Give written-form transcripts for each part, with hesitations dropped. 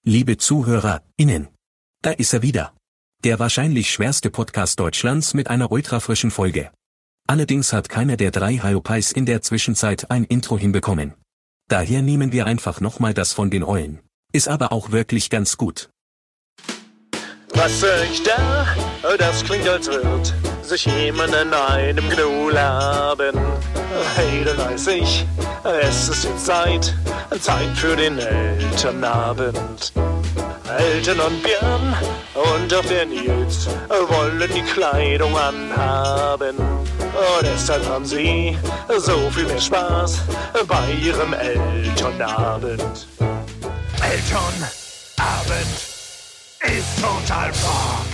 Liebe ZuhörerInnen. Da ist er wieder. Der wahrscheinlich schwerste Podcast Deutschlands mit einer ultrafrischen Folge. Allerdings hat keiner der 3 Hyopies in der Zwischenzeit ein Intro hinbekommen. Daher nehmen wir einfach nochmal das von den Eulen. Ist aber auch wirklich ganz gut. Was höre ich da? Das klingt, als wird sich jemand in einem Gnu laben. Hey, dann weiß ich, es ist jetzt Zeit für den Elternabend. Eltern und Björn und auch der Nils wollen die Kleidung anhaben. Deshalb haben sie so viel mehr Spaß bei ihrem Elternabend. Elternabend ist total Bock.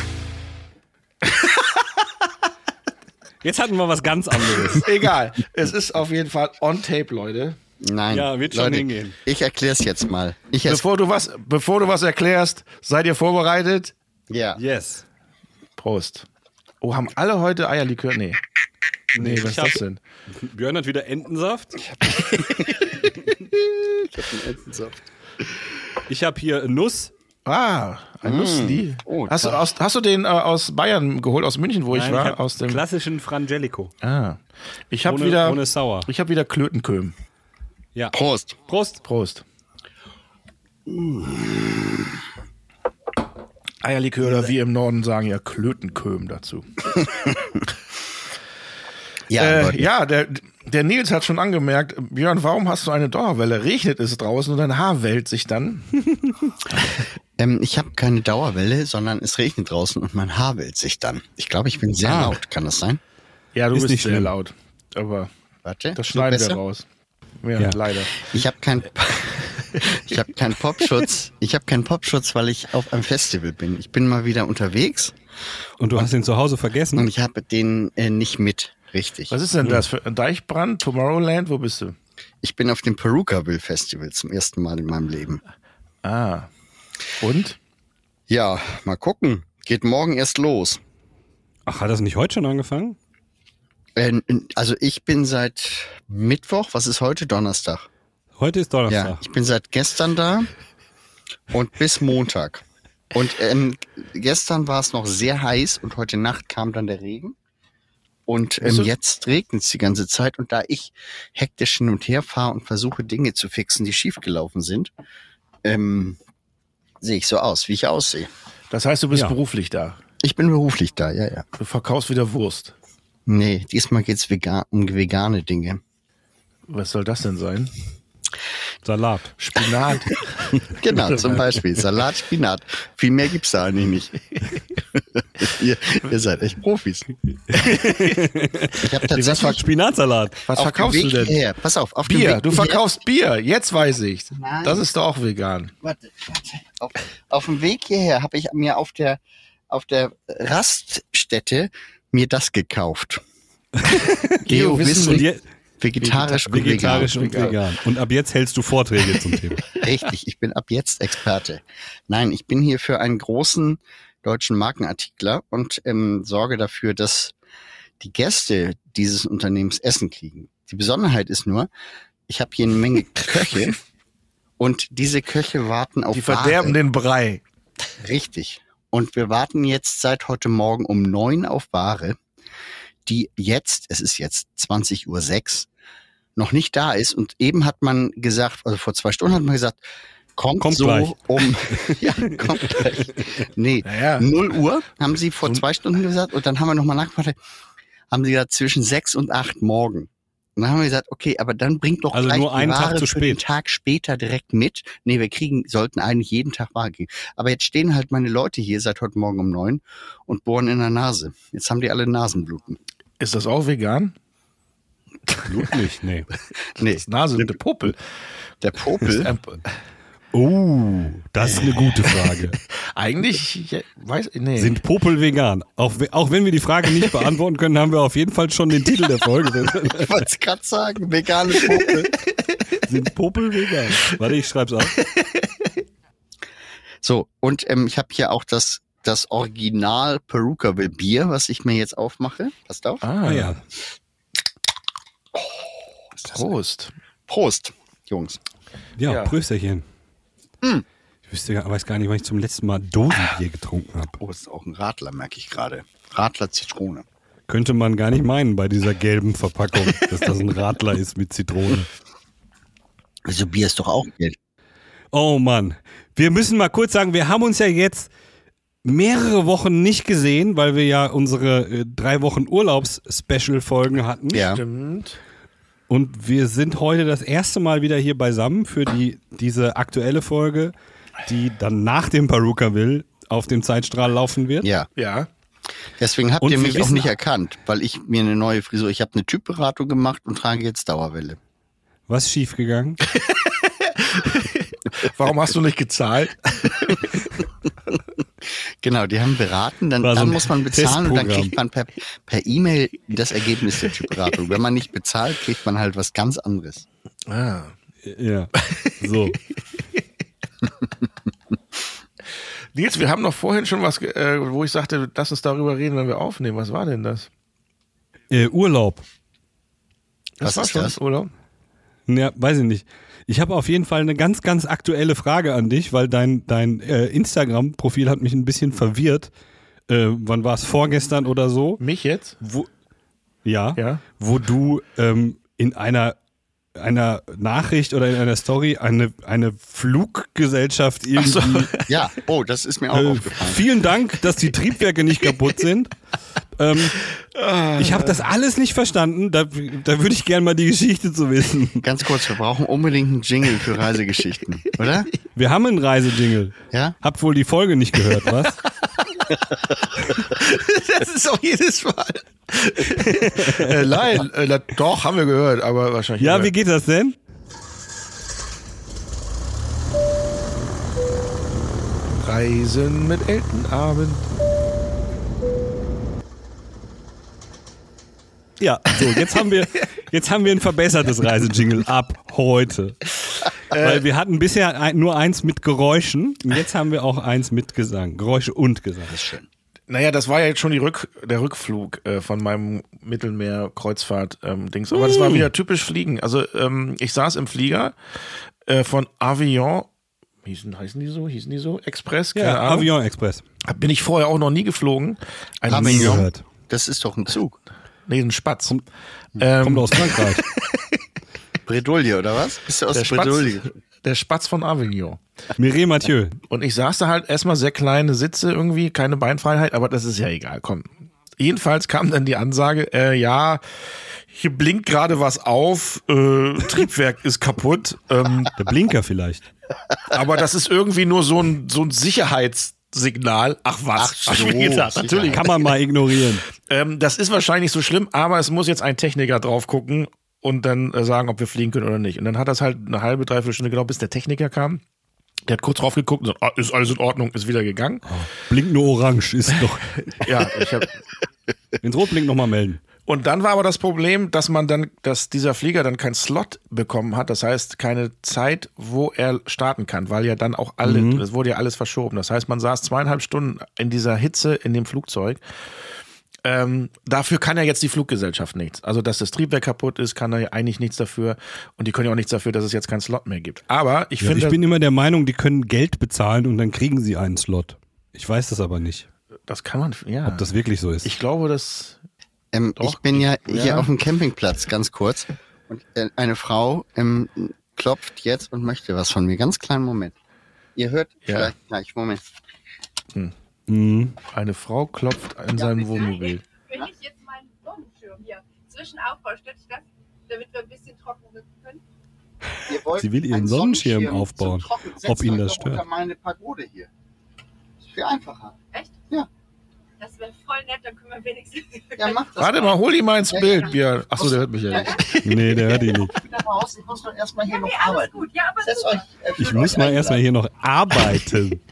Jetzt hatten wir was ganz anderes. Egal, es ist auf jeden Fall on tape, Leute. Nein, Ja, wird schon Leute, hingehen. Ich erkläre es jetzt mal. Bevor du was erklärst, seid ihr vorbereitet? Ja. Yes. Prost. Oh, haben alle heute Eierlikör? Nee, was ist das denn? Björn hat wieder Entensaft. Ich hab einen Entensaft. Ich habe hier Nuss. Ah, ein Nussli. Oh, hast du den aus Bayern geholt, aus München, wo ich Nein, war? ich hab Aus dem klassischen Frangelico. Ich habe Ohne Sauer. Ich habe wieder Klötenköhm. Ja. Prost. Prost. Prost. Eierlikör oder wie im Norden sagen ja Klötenköhm dazu. Ja, der Nils hat schon angemerkt, Björn, warum hast du eine Dauerwelle? Regnet es draußen und dein Haar wellt sich dann? ich habe keine Dauerwelle, sondern es regnet draußen und mein Haar wellt sich dann. Ich glaube, ich bin sehr laut. Kann das sein? Ja, du Ist bist nicht sehr schlimm. laut. Aber Warte. das so schneiden wir besser? raus. Ja, leider. Ich habe keinen Popschutz. Ich habe keinen Popschutz, weil ich auf einem Festival bin. Ich bin mal wieder unterwegs Und du hast ihn zu Hause vergessen? und ich habe den nicht mit. Richtig. Was ist denn das für ein Deichbrand? Tomorrowland? Wo bist du? Ich bin auf dem Perukaville Festival zum ersten Mal in meinem Leben. Ah. Und? Ja, mal gucken. Geht morgen erst los. Ach, hat das nicht heute schon angefangen? Also ich bin seit Mittwoch, was ist heute? Donnerstag. Heute ist Ja, Donnerstag. ich bin seit gestern da und bis Montag. Und gestern war es noch sehr heiß und heute Nacht kam dann der Regen. Und jetzt regnet es die ganze Zeit. Und da ich hektisch hin und her fahre und versuche, Dinge zu fixen, die schiefgelaufen sind, sehe ich so aus, wie ich aussehe. Das heißt, du bist Ja. beruflich da. Ich bin beruflich da, ja. Du verkaufst wieder Wurst. Nee, diesmal geht's um vegane Dinge. Was soll das denn sein? Salat. Spinat. Genau, zum Beispiel Salat, Spinat. Viel mehr gibt's da eigentlich nicht. ihr seid echt Profis. Ich habe tatsächlich Spinatsalat. Was auf verkaufst dem du Weg denn? hierher, pass auf dem Bier. Weg Du hierher- verkaufst Bier. Jetzt weiß ich. Nein. Das ist doch auch vegan. Warte. Auf dem Weg hierher habe ich mir auf der Raststätte mir das gekauft. Geowissen. Und Geowissen, je, vegetarisch und vegetarisch vegan. und vegan. Und ab jetzt hältst du Vorträge zum Thema. Richtig, ich bin ab jetzt Experte. Nein, ich bin hier für einen großen deutschen Markenartikler und sorge dafür, dass die Gäste dieses Unternehmens Essen kriegen. Die Besonderheit ist nur, ich habe hier eine Menge Köche und diese Köche warten auf Die verderben Ware. den Brei. Richtig. Und wir warten jetzt seit heute Morgen um 9 auf Ware, die jetzt, es ist jetzt 20:06 Uhr, noch nicht da ist. Und eben hat man gesagt, also vor 2 Stunden hat man gesagt, kommt so gleich. ja, kommt gleich. Nee, Naja. 0 Uhr haben sie vor 2 Stunden gesagt und dann haben wir nochmal nachgefragt, haben sie gesagt, zwischen 6 und 8 morgen. Und dann haben wir gesagt, okay, aber dann bringt doch Also gleich nur die einen Tag Ware zu für den spät. Tag später direkt mit. Nee, sollten eigentlich jeden Tag Ware kriegen. Aber jetzt stehen halt meine Leute hier seit heute Morgen um 9 und bohren in der Nase. Jetzt haben die alle Nasenbluten. Ist das auch vegan? Blut nicht, nee. Nee, Das Nase, der Popel. der Popel. Das ist eine gute Frage. Eigentlich, nee. Sind Popel vegan? Auch wenn wir die Frage nicht beantworten können, haben wir auf jeden Fall schon den Titel der Folge. Ich wollte es gerade sagen, vegane Popel. Sind Popel vegan? Warte, ich schreib's auf. So, und ich habe hier auch das Original Perukaville Bier, was ich mir jetzt aufmache. Passt auf. Ah, Ja. Prost. Prost, Jungs. Ja, Ja. Prösterchen. Ich weiß gar nicht, wann ich zum letzten Mal Dosenbier getrunken habe. Oh, ist auch ein Radler, merke ich gerade. Radler Zitrone. Könnte man gar nicht meinen bei dieser gelben Verpackung, dass das ein Radler ist mit Zitrone. Also Bier ist doch auch gelb. Oh Mann. Wir müssen mal kurz sagen, wir haben uns ja jetzt mehrere Wochen nicht gesehen, weil wir ja unsere 3 Wochen Urlaubs-Special-Folgen hatten. Ja. Stimmt. Und wir sind heute das erste Mal wieder hier beisammen für diese aktuelle Folge, die dann nach dem Perukaville auf dem Zeitstrahl laufen wird. Ja. Ja. Deswegen habt Und ihr wir mich auch wissen- nicht erkannt, weil ich mir eine neue Frisur, ich habe eine Typberatung gemacht und trage jetzt Dauerwelle. Was ist schiefgegangen? Warum hast du nicht gezahlt? Genau, die haben beraten, dann War so ein muss man bezahlen und dann Testprogramm. kriegt man per E-Mail das Ergebnis der Typberatung. Wenn man nicht bezahlt, kriegt man halt was ganz anderes. Ah. Ja, so. Nils, wir haben noch vorhin schon was, wo ich sagte, lass uns darüber reden, wenn wir aufnehmen. Was war denn das? Urlaub. Was war ist schon das? Urlaub? Ja, weiß ich nicht. Ich habe auf jeden Fall eine ganz, ganz aktuelle Frage an dich, weil dein Instagram-Profil hat mich ein bisschen verwirrt. Wann war es? Vorgestern oder so? Mich jetzt? Ja. Ja. Wo du in einer Nachricht oder in einer Story eine Fluggesellschaft irgendwie. Ja, oh, das ist mir auch aufgefallen. Vielen Dank, dass die Triebwerke nicht kaputt sind. Ich habe das alles nicht verstanden. Da würde ich gerne mal die Geschichte zu wissen. Ganz kurz, wir brauchen unbedingt einen Jingle für Reisegeschichten, oder? Wir haben einen Reisejingle. Ja? Habt wohl die Folge nicht gehört, was? Das ist auch jedes Mal. Nein, doch, haben wir gehört, aber wahrscheinlich. Ja, nicht. wie geht das denn? Reisen mit Eltenabend. Ja, so, jetzt haben wir ein verbessertes Reisejingle ab heute. Weil wir hatten bisher nur eins mit Geräuschen und jetzt haben wir auch eins mit Gesang. Geräusche und Gesang. Das ist schön. Naja, das war ja jetzt schon der Rückflug von meinem Mittelmeer-Kreuzfahrt-Dings. Aber das war wieder typisch Fliegen. Also ich saß im Flieger von Avion. Hießen die so? Express? Keine Ja, Ahnung. Avion Express. Bin ich vorher auch noch nie geflogen. Ein Avignon. Gehört. Das ist doch ein Zug. Nee, ein Spatz. Kommt aus Frankreich. Bredouille, oder was? Bist du aus Der Spatz, Bredouille? der Spatz von Avignon. Mireille Mathieu. Und ich saß da halt erstmal sehr kleine Sitze irgendwie, keine Beinfreiheit, aber das ist ja egal, komm. Jedenfalls kam dann die Ansage, ja, hier blinkt gerade was auf, Triebwerk ist kaputt, Der Blinker vielleicht. aber das ist irgendwie nur so ein Sicherheitssignal. Ach was, Ach so, hab ich mir gedacht, Sicherheit. natürlich. Kann man mal ignorieren. Das ist wahrscheinlich so schlimm, aber es muss jetzt ein Techniker drauf gucken und dann sagen, ob wir fliegen können oder nicht. Und dann hat das halt eine halbe, dreiviertel Stunde gedauert, bis der Techniker kam. Der hat kurz drauf geguckt und sagt, ist alles in Ordnung, ist wieder gegangen. Blinkt nur orange, ist doch. Ja, Wenn's rot blinkt, nochmal melden. Und dann war aber das Problem, dass dieser Flieger dann keinen Slot bekommen hat. Das heißt, keine Zeit, wo er starten kann, weil ja dann auch es wurde ja alles verschoben. Das heißt, man saß 2,5 Stunden in dieser Hitze in dem Flugzeug. Dafür kann ja jetzt die Fluggesellschaft nichts. Also, dass das Triebwerk kaputt ist, kann er ja eigentlich nichts dafür. Und die können ja auch nichts dafür, dass es jetzt keinen Slot mehr gibt. Aber ich finde. Ich bin immer der Meinung, die können Geld bezahlen und dann kriegen sie einen Slot. Ich weiß das aber nicht, Das kann man, ja. ob das wirklich so ist. Ich glaube, dass. Ich bin ja hier auf dem Campingplatz, ganz kurz. Und eine Frau klopft jetzt und möchte was von mir. Ganz kleinen Moment. Ihr hört vielleicht gleich. Moment. Eine Frau klopft an seinem Wohnmobil. Wenn ich jetzt meinen Sonnenschirm hier zwischen aufbaue, stelle ich das, damit wir ein bisschen trocken sitzen können. Ihr wollt Sie will ihren einen Sonnenschirm zum aufbauen. Trocken- Ob Setzt ihn euch das doch unter stört. meine Pagode hier. Ist viel einfacher. Echt? Ja. Das wäre voll nett, dann können wir wenigstens. Ja, mach das. Warte mal, hol ihn mal ins Bild, Björn. Achso, der hört mich ja nicht. Nee, der hört ihn nicht. Wieder raus. Ich muss doch erstmal hier Ja, noch nee, alles arbeiten. gut. Ja, aber Setzt super. euch. Ich muss mal erstmal hier noch arbeiten.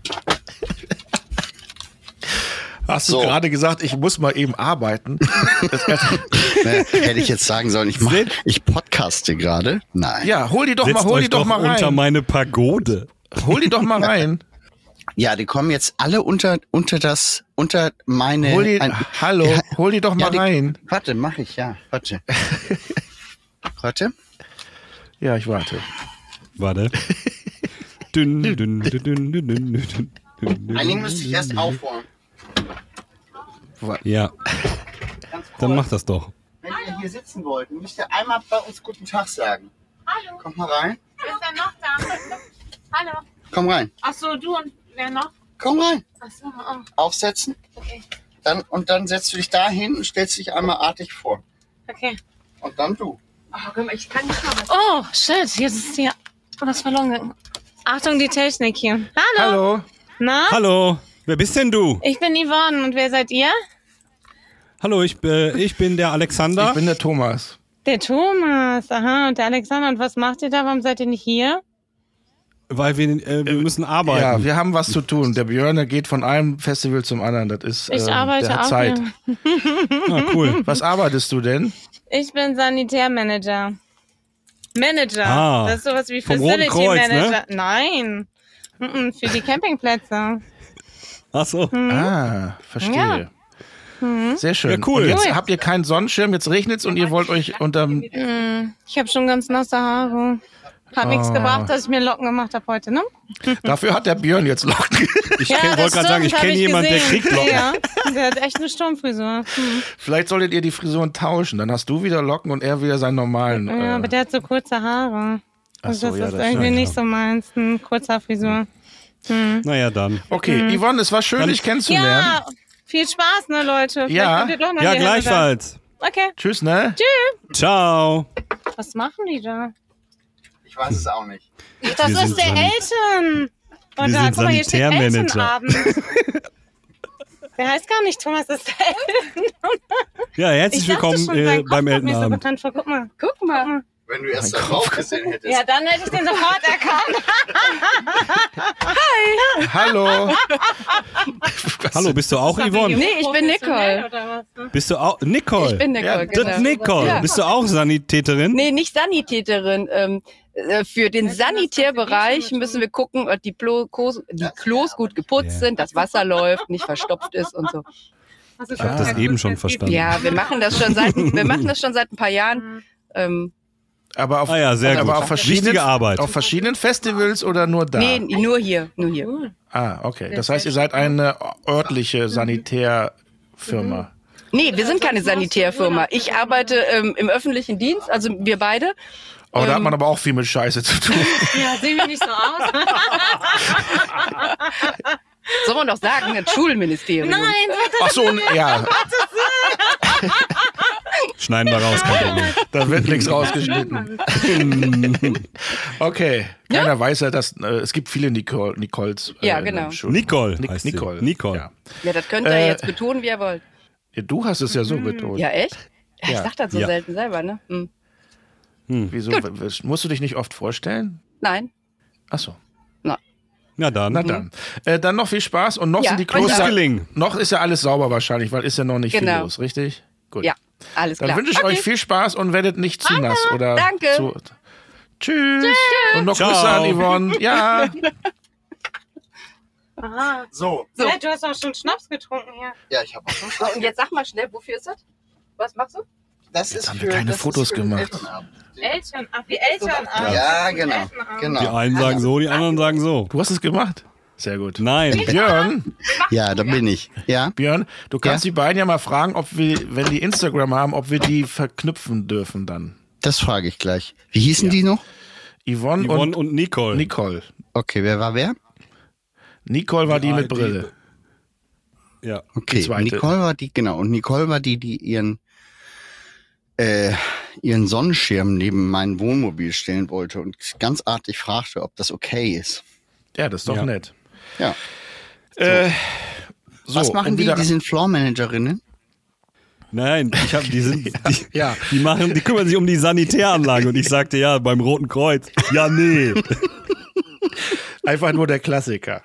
Hast du So. gerade gesagt, ich muss mal eben arbeiten? Hätte ich jetzt sagen sollen, ich podcaste gerade? Nein. Ja, hol die doch Setzt mal euch doch mal unter rein. meine Pagode. Hol die doch mal rein. Ja, die kommen jetzt alle unter meine. Hol die, hallo, Ja, hol die doch mal die- rein. Warte, mach ich, ja. Warte. Warte. Ja, ich warte. Warte. Einigen müsste ich erst aufholen. Ja, Ganz kurz. dann mach das doch. Wenn ihr hier sitzen wollt, müsst ihr einmal bei uns guten Tag sagen. Hallo, Kommt mal rein. wer ist denn noch da? Hallo. Komm rein. Achso, du und wer noch? Komm rein. Achso, oh, Aufsetzen. okay. Dann setzt du dich da hin und stellst dich einmal artig vor. Okay. Und dann du. Oh, guck mal, ich kann nicht mal was. Oh, shit, jetzt ist hier was verloren gegangen. Achtung, die Technik hier. Hallo. Hallo. Na? Hallo, wer bist denn du? Ich bin Yvonne und wer seid ihr? Hallo, ich bin der Alexander. Ich bin der Thomas. Der Thomas, aha, und der Alexander. Und was macht ihr da? Warum seid ihr nicht hier? Weil wir müssen Ja, arbeiten. wir haben was zu tun. Der Björn, der geht von einem Festival zum anderen. Das ist, Ich arbeite der hat auch Zeit. hier. Ah, cool. Was arbeitest du denn? Ich bin Sanitärmanager. Manager. Ah, Das ist sowas wie vom Roten Facility Kreuz, Manager. Nein. Für die Campingplätze. Ach so. Ah, verstehe. Sehr schön. Ja, cool. Und jetzt Cool. habt ihr keinen Sonnenschirm, jetzt regnet's und ihr wollt euch unterm... Ich habe schon ganz nasse Haare. Hat nichts gebracht, dass ich mir Locken gemacht habe heute, ne? Dafür hat der Björn jetzt Locken. Ich das wollte gerade sagen, ich stimmt, hab kenne jemanden, der gesehen. kriegt Locken. Ja, der hat echt eine Sturmfrisur. Vielleicht solltet ihr die Frisuren tauschen. Dann hast du wieder Locken und er wieder seinen normalen. Ja, aber der hat so kurze Haare. Ach Und so, das ja, ist das irgendwie stimmt, nicht so meins. Kurzhaarfrisur. Naja, dann. Okay, Yvonne, es war schön, dich kennenzulernen. Ja, viel Spaß, ne, Leute? Vielleicht Ja. kommt ihr doch mal Ja, hierher gleichfalls. wieder. Okay. Tschüss, ne? Ciao. Was machen die da? Ich weiß es auch nicht. Das Wir ist sind der San- Eltern. Und wir da, sind guck mal, hier steht Sanitärmanager. Elternabend. Der heißt gar nicht Thomas, das ist der Eltern. Ja, herzlich willkommen sein Kopf beim kommt mir so Elternabend. bekannt vor. Guck mal. Guck mal. Wenn du erst darauf gesehen hättest. Ja, dann hätte ich den sofort erkannt. Hallo. Hallo, bist du auch Yvonne? Nee, ich bin Nicole. Oder was? Bist du auch Nicole? Ich bin Nicole, Ja, Das genau. Nicole. Ja. Bist du auch Sanitäterin? Nee, nicht Sanitäterin. Für den Sanitärbereich müssen wir gucken, ob die Klos gut geputzt sind, das Wasser läuft, nicht verstopft ist und so. Also Ich habe das eben schon verstanden. Ja, wir machen das schon seit ein paar Jahren. Aber auf, Ah ja, sehr aber gut. auf verschiedenen, Wichtige Arbeit. auf verschiedenen Festivals oder nur da? Nee, nur hier. Ah, okay. Das heißt, ihr seid eine örtliche Sanitärfirma. Nee, wir sind keine Sanitärfirma. Ich arbeite im öffentlichen Dienst, also wir beide. Oh, da hat man aber auch viel mit Scheiße zu tun. Ja, sehen wir nicht so aus. Soll man doch sagen, das Schulministerium. Nein, Ach so, ja, Schneiden wir raus, kein Problem. da wird nichts rausgeschnitten. Okay. Keiner weiß ja, dass es gibt viele Nicoles. Ja, in genau. der Schule. Nicole heißt sie. Nicole. Nicole. Ja. Ja, das könnt ihr jetzt betonen, wie ihr wollt. Ja, du hast es ja so betont. Ja, echt? Ja, ich Ja. sag das so Ja. selten selber, ne? Hm. Wieso? Musst du dich nicht oft vorstellen? Nein. Ach so. Na dann. Na dann. Dann noch viel Spaß und noch Ja, sind die euch Klos. auch. Gelingen. Noch ist ja alles sauber wahrscheinlich, weil ist ja noch nicht viel Genau. los, richtig? Gut. Ja, alles Dann klar. wünsche ich euch viel Spaß und werdet nicht zu nass. Oder danke. Zu, tschüss. Und noch Ciao. Grüße an Yvonne. Ja. aha. So. So. Hey, du hast auch schon Schnaps getrunken hier. Ja, ich habe auch schon So, und jetzt sag mal schnell, wofür ist das? Was machst du? Das ist haben wir keine das ist Fotos für den gemacht. Elternabend. Elternabend. Wie Elternabend. Ja, genau. Die Genau. einen sagen so, die anderen sagen so. Du hast es gemacht. Sehr gut. Nein. Björn, Ja, da bin ich. Ja. Björn, du kannst Ja? die beiden ja mal fragen, ob wir, wenn die Instagram haben, ob wir die verknüpfen dürfen dann. Das frage ich gleich. Wie hießen die noch? Yvonne, Yvonne und Nicole. Nicole. Okay, wer war wer? Nicole war die mit die- Brille. Ja. Okay, Die zweite. Nicole war die, genau. Und Nicole war die ihren Sonnenschirm neben mein Wohnmobil stellen wollte und ganz artig fragte, ob das okay ist. Ja, das ist doch Ja. nett. Ja. So, Was machen und die? wieder- Die sind Floormanagerinnen? Nein, die Ja. die kümmern sich um die Sanitäranlage und ich sagte ja, beim Roten Kreuz. Ja, nee. Einfach nur der Klassiker.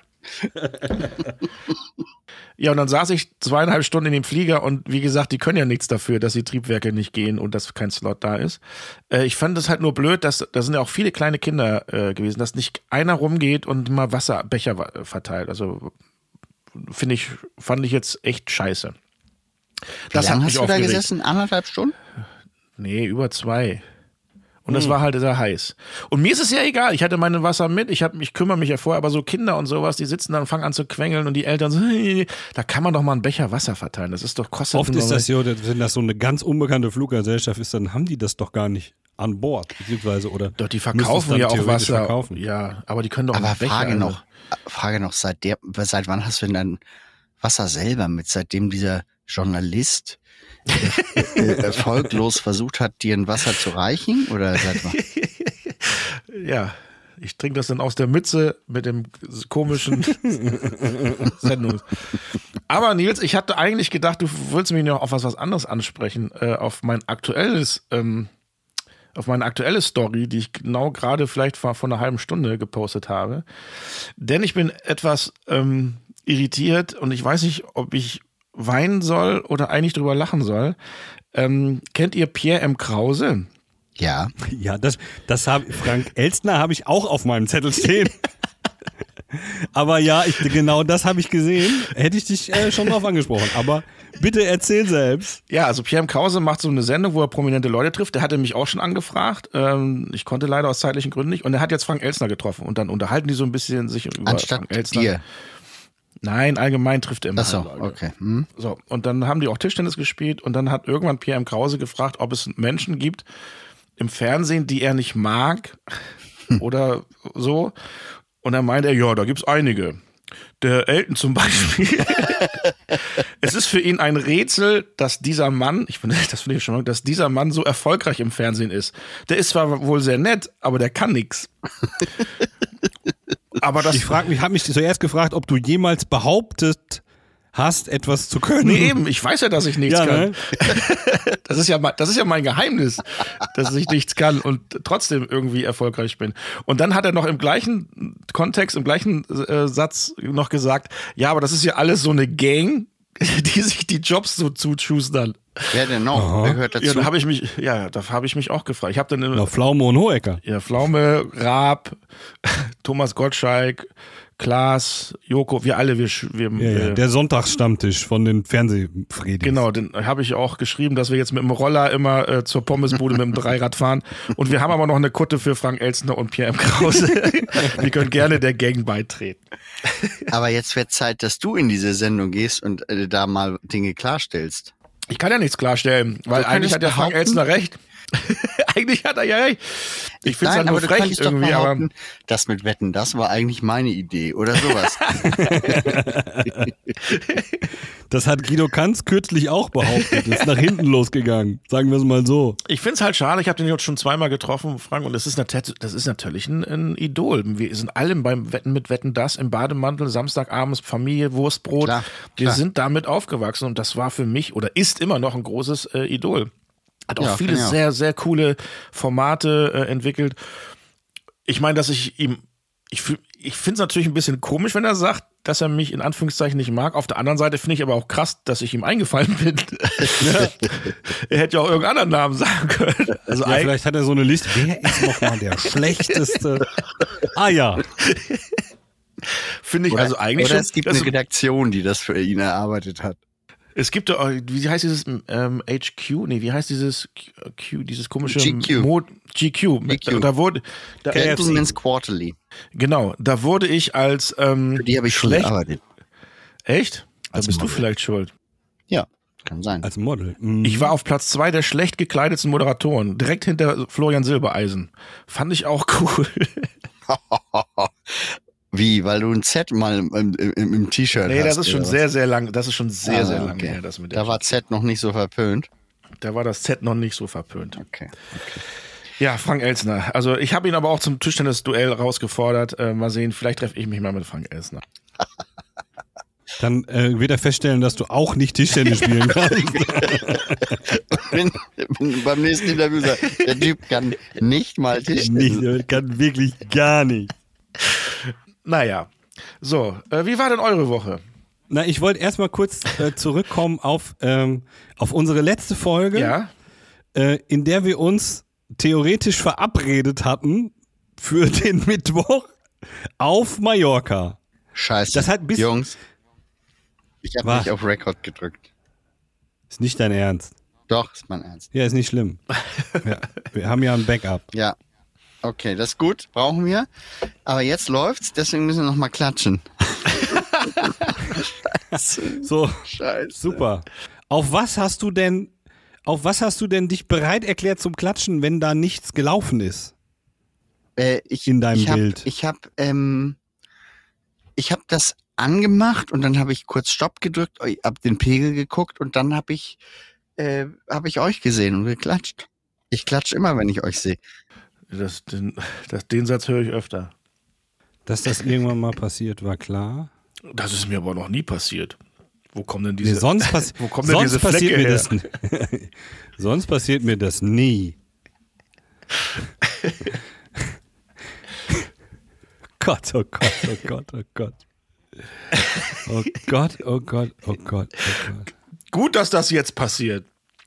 Ja, und dann saß ich 2,5 Stunden in dem Flieger und wie gesagt, die können ja nichts dafür, dass die Triebwerke nicht gehen und dass kein Slot da ist. Ich fand es halt nur blöd, dass da sind ja auch viele kleine Kinder gewesen, dass nicht einer rumgeht und mal Wasserbecher verteilt. Also fand ich jetzt echt scheiße. Wie lange hast du da aufgeregt. gesessen? 1,5 Stunden? Nee, über 2. Und das war halt sehr heiß. Und mir ist es ja egal. Ich hatte meine Wasser mit. Ich kümmere mich ja vorher. Aber so Kinder und sowas, die sitzen dann und fangen an zu quengeln und die Eltern so, da kann man doch mal einen Becher Wasser verteilen. Das ist doch kostet. Oft ist das ja, wenn das so eine ganz unbekannte Fluggesellschaft ist, dann haben die das doch gar nicht an Bord, beziehungsweise oder. Doch, die verkaufen ja auch Wasser. Verkaufen. Ja, aber die können doch Aber einen Becher. Frage noch, seit wann hast du denn dein Wasser selber mit? Seitdem dieser Journalist erfolglos versucht hat, dir ein Wasser zu reichen? Oder seit wann? Ja, ich trinke das dann aus der Mütze mit dem komischen Sendung. Aber Nils, ich hatte eigentlich gedacht, du wolltest mich noch auf was anderes ansprechen, auf meine aktuelle Story, die ich genau gerade vielleicht vor einer halben Stunde gepostet habe. Denn ich bin etwas irritiert und ich weiß nicht, ob ich weinen soll oder eigentlich drüber lachen soll. Kennt ihr Pierre M. Krause? Ja. Ja, Frank Elstner habe ich auch auf meinem Zettel stehen. Aber ja, genau das habe ich gesehen. Hätte ich dich schon drauf angesprochen. Aber bitte erzähl selbst. Ja, also Pierre M. Krause macht so eine Sendung, wo er prominente Leute trifft. Der hatte mich auch schon angefragt. Ich konnte leider aus zeitlichen Gründen nicht. Und er hat jetzt Frank Elstner getroffen. Und dann unterhalten die so ein bisschen sich über Anstatt Frank Elstner. dir. Nein, allgemein trifft er immer. Ach so, okay. Hm. So, und dann haben die auch Tischtennis gespielt. Und dann hat irgendwann Pierre M. Krause gefragt, ob es Menschen gibt im Fernsehen, die er nicht mag oder so. Und dann meint er, ja, da gibt's einige. Der Elton zum Beispiel. Es ist für ihn ein Rätsel, dass dieser Mann, dass dieser Mann so erfolgreich im Fernsehen ist. Der ist zwar wohl sehr nett, aber der kann nix. Aber das Ich habe mich zuerst gefragt, ob du jemals behauptet hast, etwas zu können. Nee, eben, ich weiß ja, dass ich nichts kann. Ne? Das ist ja mein Geheimnis, dass ich nichts kann und trotzdem irgendwie erfolgreich bin. Und dann hat er noch im gleichen Kontext, im gleichen Satz noch gesagt, ja, aber das ist ja alles so eine Gang, die sich die Jobs so zuschustern. Wer denn noch? Wer gehört dazu? Ja, da habe ich mich auch gefragt. Ich habe dann Na, Pflaume und Hohecker. Ja, Pflaume, Raab, Thomas Gottschalk, Klaas, Joko, wir alle, wir Der Sonntagsstammtisch von den Fernsehfredis. Genau, den habe ich auch geschrieben, dass wir jetzt mit dem Roller immer zur Pommesbude mit dem Dreirad fahren. Und wir haben aber noch eine Kutte für Frank Elstner und Pierre M. Krause. Die können gerne der Gang beitreten. Aber jetzt wird Zeit, dass du in diese Sendung gehst und da mal Dinge klarstellst. Ich kann ja nichts klarstellen, weil eigentlich hat ja Frank Elstner recht. Eigentlich hat er ja recht. Ich finde es halt nur frech irgendwie, aber das mit Wetten, das war eigentlich meine Idee oder sowas. Das hat Guido Kanz kürzlich auch behauptet. Das ist nach hinten losgegangen. Sagen wir es mal so. Ich finde es halt schade. Ich habe den jetzt schon zweimal getroffen, Frank, und das ist natürlich ein Idol. Wir sind alle beim Wetten mit Wetten, das im Bademantel, Samstagabends, Familie, Wurstbrot. Klar. Wir sind damit aufgewachsen und das war für mich oder ist immer noch ein großes Idol. Hat auch viele sehr, sehr coole Formate entwickelt. Ich meine, dass ich finde es natürlich ein bisschen komisch, wenn er sagt, dass er mich in Anführungszeichen nicht mag. Auf der anderen Seite finde ich aber auch krass, dass ich ihm eingefallen bin. Er hätte ja auch irgendeinen anderen Namen sagen können. Also ja, vielleicht hat er so eine Liste. Wer ist nochmal der schlechteste? Ah ja. Finde ich also eigentlich oder schon. Es gibt eine Redaktion, die das für ihn erarbeitet hat. Es gibt, wie heißt dieses HQ? Nee, wie heißt dieses dieses komische GQ. GQ. Und da wurde Gentleman's Quarterly. Genau, da wurde ich als für die habe ich schon gearbeitet. Echt? Da Als bist Model. du vielleicht schuld. Ja, kann sein. Als Model. Ich war auf Platz 2 der schlecht gekleidetsten Moderatoren, direkt hinter Florian Silbereisen. Fand ich auch cool. Wie, weil du ein Z mal im T-Shirt hast? Nee, das ist schon oder sehr, sehr lang. Das ist schon sehr, sehr lange okay. her. Das mit Da war Z noch nicht so verpönt. Da war das Z noch nicht so verpönt. Okay. Ja, Frank Elstner. Also ich habe ihn aber auch zum Tischtennis-Duell rausgefordert. Mal sehen, vielleicht treffe ich mich mal mit Frank Elstner. Dann wird er feststellen, dass du auch nicht Tischtennis spielen kannst. Wenn beim nächsten Interview sagt, der Typ kann nicht mal Tischtennis. Kann wirklich gar nicht. Naja, so, wie war denn eure Woche? Na, ich wollte erstmal kurz zurückkommen auf unsere letzte Folge, Ja, in der wir uns theoretisch verabredet hatten für den Mittwoch auf Mallorca. Scheiße. Das hat Jungs, ich habe Was? nicht auf Record gedrückt. Ist nicht dein Ernst. Doch, ist mein Ernst. Ja, ist nicht schlimm. Ja, wir haben ja ein Backup. Ja. Okay, das ist gut, brauchen wir. Aber jetzt läuft's, deswegen müssen wir noch mal klatschen. So, Scheiße. super. Auf was hast du denn dich bereit erklärt zum Klatschen, wenn da nichts gelaufen ist? In deinem Bild. Ich habe das angemacht und dann habe ich kurz Stopp gedrückt, hab den Pegel geguckt und dann habe ich euch gesehen und geklatscht. Ich klatsche immer, wenn ich euch sehe. Den Satz höre ich öfter. Dass das irgendwann mal passiert, war klar. Das ist mir aber noch nie passiert. Wo kommen denn diese, Sonst diese passiert Flecke mir her? das sonst passiert mir das nie. Gott, oh Gott, oh Gott, oh Gott. Oh Gott, oh Gott, oh Gott, oh Gott. Gut, dass das jetzt passiert.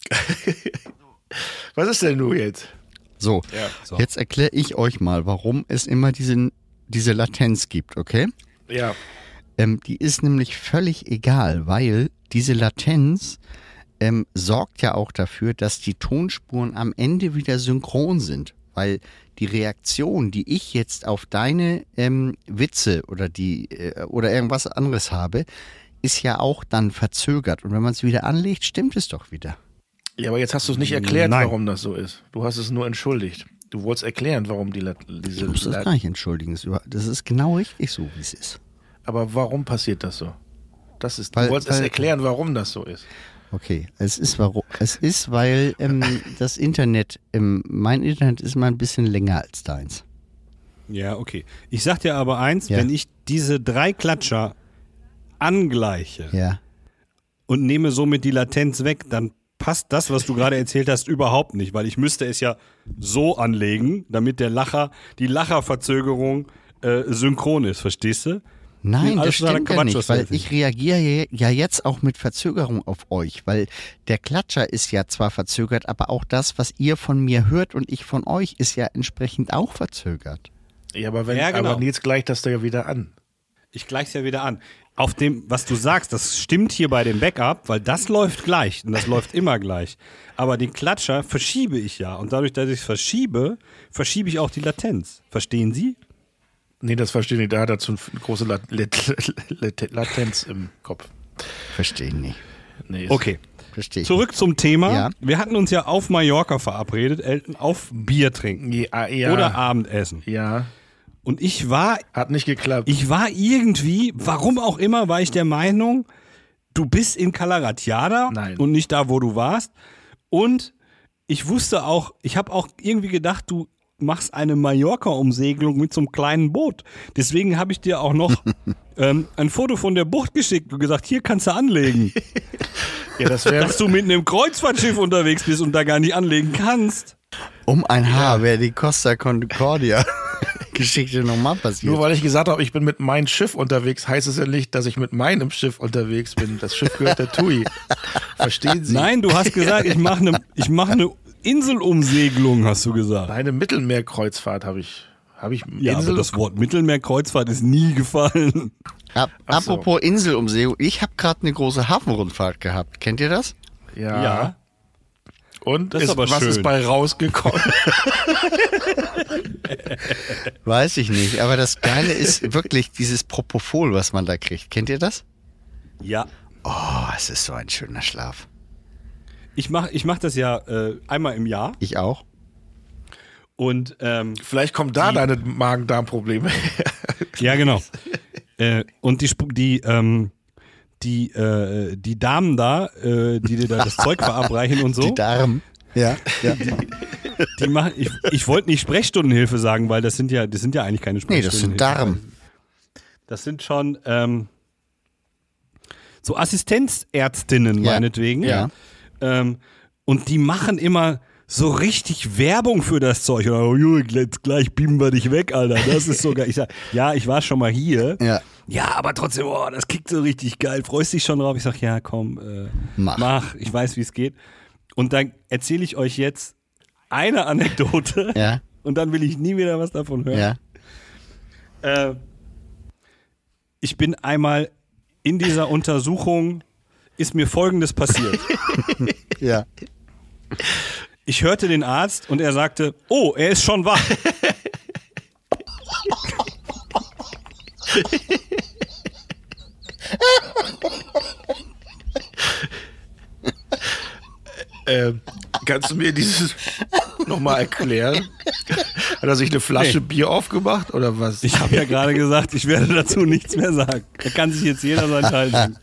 Was ist denn nun jetzt? So, So. jetzt erkläre ich euch mal, warum es immer diese Latenz gibt, okay? Ja. Die ist nämlich völlig egal, weil diese Latenz sorgt ja auch dafür, dass die Tonspuren am Ende wieder synchron sind. Weil die Reaktion, die ich jetzt auf deine Witze oder irgendwas anderes habe, ist ja auch dann verzögert. Und wenn man es wieder anlegt, stimmt es doch wieder. Ja, aber jetzt hast du es nicht erklärt, Nein. warum das so ist. Du hast es nur entschuldigt. Du wolltest erklären, warum Ich muss das gar nicht entschuldigen. Das ist genau richtig so, wie es ist. Aber warum passiert das so? Du wolltest es weil- erklären, warum das so ist. Okay, es ist, weil das Internet, mein Internet ist mal ein bisschen länger als deins. Ja, okay. Ich sag dir aber eins, Ja. wenn ich diese 3 Klatscher angleiche Ja. und nehme somit die Latenz weg, dann passt das, was du gerade erzählt hast, überhaupt nicht, weil ich müsste es ja so anlegen, damit die Lacherverzögerung synchron ist, verstehst du? Nein, Alles das stimmt totaler ja Quatsch, nicht, was du weil erzählst. ich reagiere ja jetzt auch mit Verzögerung auf euch, weil der Klatscher ist ja zwar verzögert, aber auch das, was ihr von mir hört und ich von euch, ist ja entsprechend auch verzögert. Ja, aber genau. aber Nils gleicht das da ja wieder an. Ich gleich's ja wieder an. Auf dem, was du sagst, das stimmt hier bei dem Backup, weil das läuft gleich und das läuft immer gleich. Aber den Klatscher verschiebe ich ja und dadurch, dass ich es verschiebe ich auch die Latenz. Verstehen Sie? Nee, das verstehe ich nicht. Da hat er zu eine große Latenz im Kopf. Verstehe nicht. Nee, Okay. Verstehe ich. Zurück zum Thema. Ja. Wir hatten uns ja auf Mallorca verabredet, Elton, auf Bier trinken Ja, oder Abendessen. ja, Und hat nicht geklappt. ich war irgendwie, warum auch immer, war ich der Meinung, du bist in Calaratiada Nein. und nicht da, wo du warst. Und ich wusste auch, ich habe auch irgendwie gedacht, du machst eine Mallorca-Umsegelung mit so einem kleinen Boot. Deswegen habe ich dir auch noch ein Foto von der Bucht geschickt und gesagt, hier kannst du anlegen. Ja, das wäre Dass du mit einem Kreuzfahrtschiff unterwegs bist und da gar nicht anlegen kannst. Um ein Haar wäre die Costa Concordia Geschichte nochmal passiert. nur weil ich gesagt habe, ich bin mit meinem Schiff unterwegs, heißt es ja nicht, dass ich mit meinem Schiff unterwegs bin. Das Schiff gehört der TUI. Verstehen Sie? Nein, du hast gesagt, ich mache eine Inselumsegelung, hast du gesagt. Eine Mittelmeerkreuzfahrt habe ich. Ja, aber das Wort Mittelmeerkreuzfahrt ist nie gefallen. Ach so. Apropos Inselumsegelung, ich habe gerade eine große Hafenrundfahrt gehabt. Kennt ihr das? Ja. Und Das ist aber was schön. ist bei rausgekommen? Weiß ich nicht, aber das Geile ist wirklich dieses Propofol, was man da kriegt. Kennt ihr das? Ja. Oh, es ist so ein schöner Schlaf. Ich mach das ja einmal im Jahr Ich auch. und Vielleicht kommen da deine Magen-Darm-Probleme her. ja genau. Und die Damen da, die dir da das Zeug verabreichen und so, Die Darm. Ja, ja. die machen. Ich wollte nicht Sprechstundenhilfe sagen, weil das sind ja eigentlich keine Nee, das Sprechstundenhilfe. sind Darm. Das sind schon so Assistenzärztinnen Ja. meinetwegen. Ja. Und die machen immer so richtig Werbung für das Zeug. Oh, jetzt gleich beamen wir dich weg, Alter. Das ist sogar. Ich sag, ja, ich war schon mal hier. Ja. Ja, aber trotzdem, oh, das kickt so richtig geil. Freust dich schon drauf? Ich sag, ja, komm, mach. Ich weiß, wie es geht. Und dann erzähle ich euch jetzt eine Anekdote. Ja. Und dann will ich nie wieder was davon hören. Ja. Ich bin einmal in dieser Untersuchung, ist mir Folgendes passiert. Ja. Ich hörte den Arzt und er sagte, oh, er ist schon wach. Kannst du mir dieses nochmal erklären? Hat er sich eine Flasche Bier aufgemacht oder was? Ich habe ja gerade gesagt, ich werde dazu nichts mehr sagen. Da kann sich jetzt jeder sein Teil nehmen.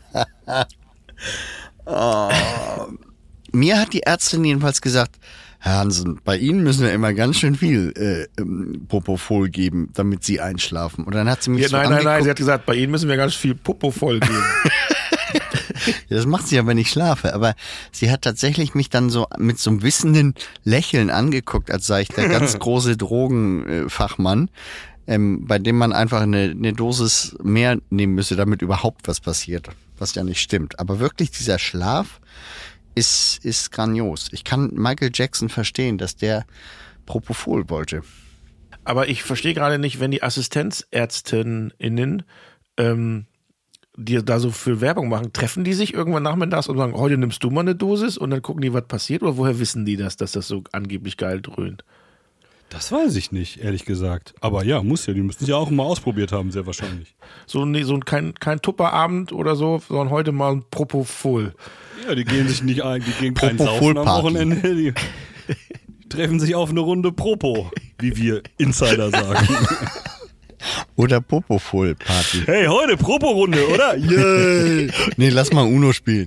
Mir hat die Ärztin jedenfalls gesagt, Herr Hansen, bei Ihnen müssen wir immer ganz schön viel Propofol geben, damit Sie einschlafen. Und dann hat sie mich Nein, sie hat gesagt, bei Ihnen müssen wir ganz viel Propofol geben. Das macht sie ja, wenn ich schlafe. Aber sie hat tatsächlich mich dann so mit so einem wissenden Lächeln angeguckt, als sei ich der ganz große Drogenfachmann, bei dem man einfach eine Dosis mehr nehmen müsste, damit überhaupt was passiert, was ja nicht stimmt. Aber wirklich dieser Schlaf ist grandios. Ich kann Michael Jackson verstehen, dass der Propofol wollte. Aber ich verstehe gerade nicht, wenn die AssistenzärztInnen die da so viel Werbung machen, treffen die sich irgendwann nachmittags und sagen, heute nimmst du mal eine Dosis und dann gucken die, was passiert? Oder woher wissen die das, dass das so angeblich geil dröhnt? Das weiß ich nicht, ehrlich gesagt. Aber ja, muss ja. Die müssen es ja auch mal ausprobiert haben, sehr wahrscheinlich. Kein Tupperabend oder so, sondern heute mal ein Propofol. Ja, die gehen sich nicht ein, die gehen kein Saufen am Wochenende. Die treffen sich auf eine Runde Propo, wie wir Insider sagen. Oder Propofol-Party. Hey, heute Propo-Runde, oder? Yay! Nee, lass mal Uno spielen.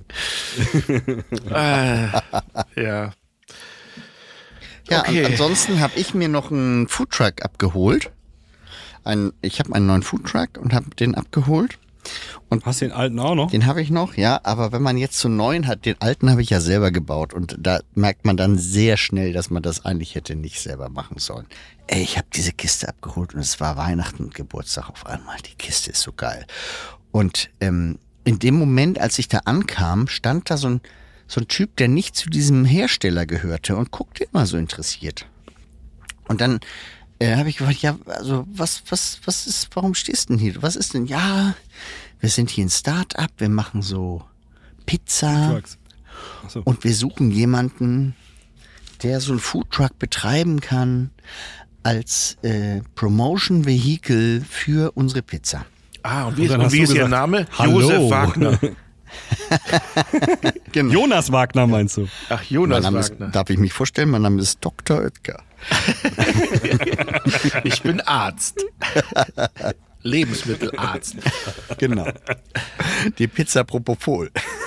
Ja. Ja, Okay. Ansonsten habe ich mir noch einen Foodtruck abgeholt. Ich habe einen neuen Foodtruck und habe den abgeholt. Und hast du den alten auch noch? Den habe ich noch, ja. Aber wenn man jetzt so einen neuen hat, den alten habe ich ja selber gebaut. Und da merkt man dann sehr schnell, dass man das eigentlich hätte nicht selber machen sollen. Ey, ich habe diese Kiste abgeholt und es war Weihnachten und Geburtstag auf einmal. Die Kiste ist so geil. Und in dem Moment, als ich da ankam, stand da so ein Typ, der nicht zu diesem Hersteller gehörte und guckte immer so interessiert. Und dann habe ich gefragt, ja, also was ist, warum stehst du denn hier? Was ist denn? Ja, wir sind hier ein Start-up, wir machen so Pizza so. Und wir suchen jemanden, der so ein Foodtruck betreiben kann als Promotion-Vehikel für unsere Pizza. Ah, und wie ist Ihr Name? Hallo. Josef Wagner. Genau. Jonas Wagner meinst du? Ach, Jonas Mein Name Wagner. darf ich mich vorstellen? Mein Name ist Dr. Oetker. Ich bin Arzt. Lebensmittelarzt. Genau. Die Pizza Propofol.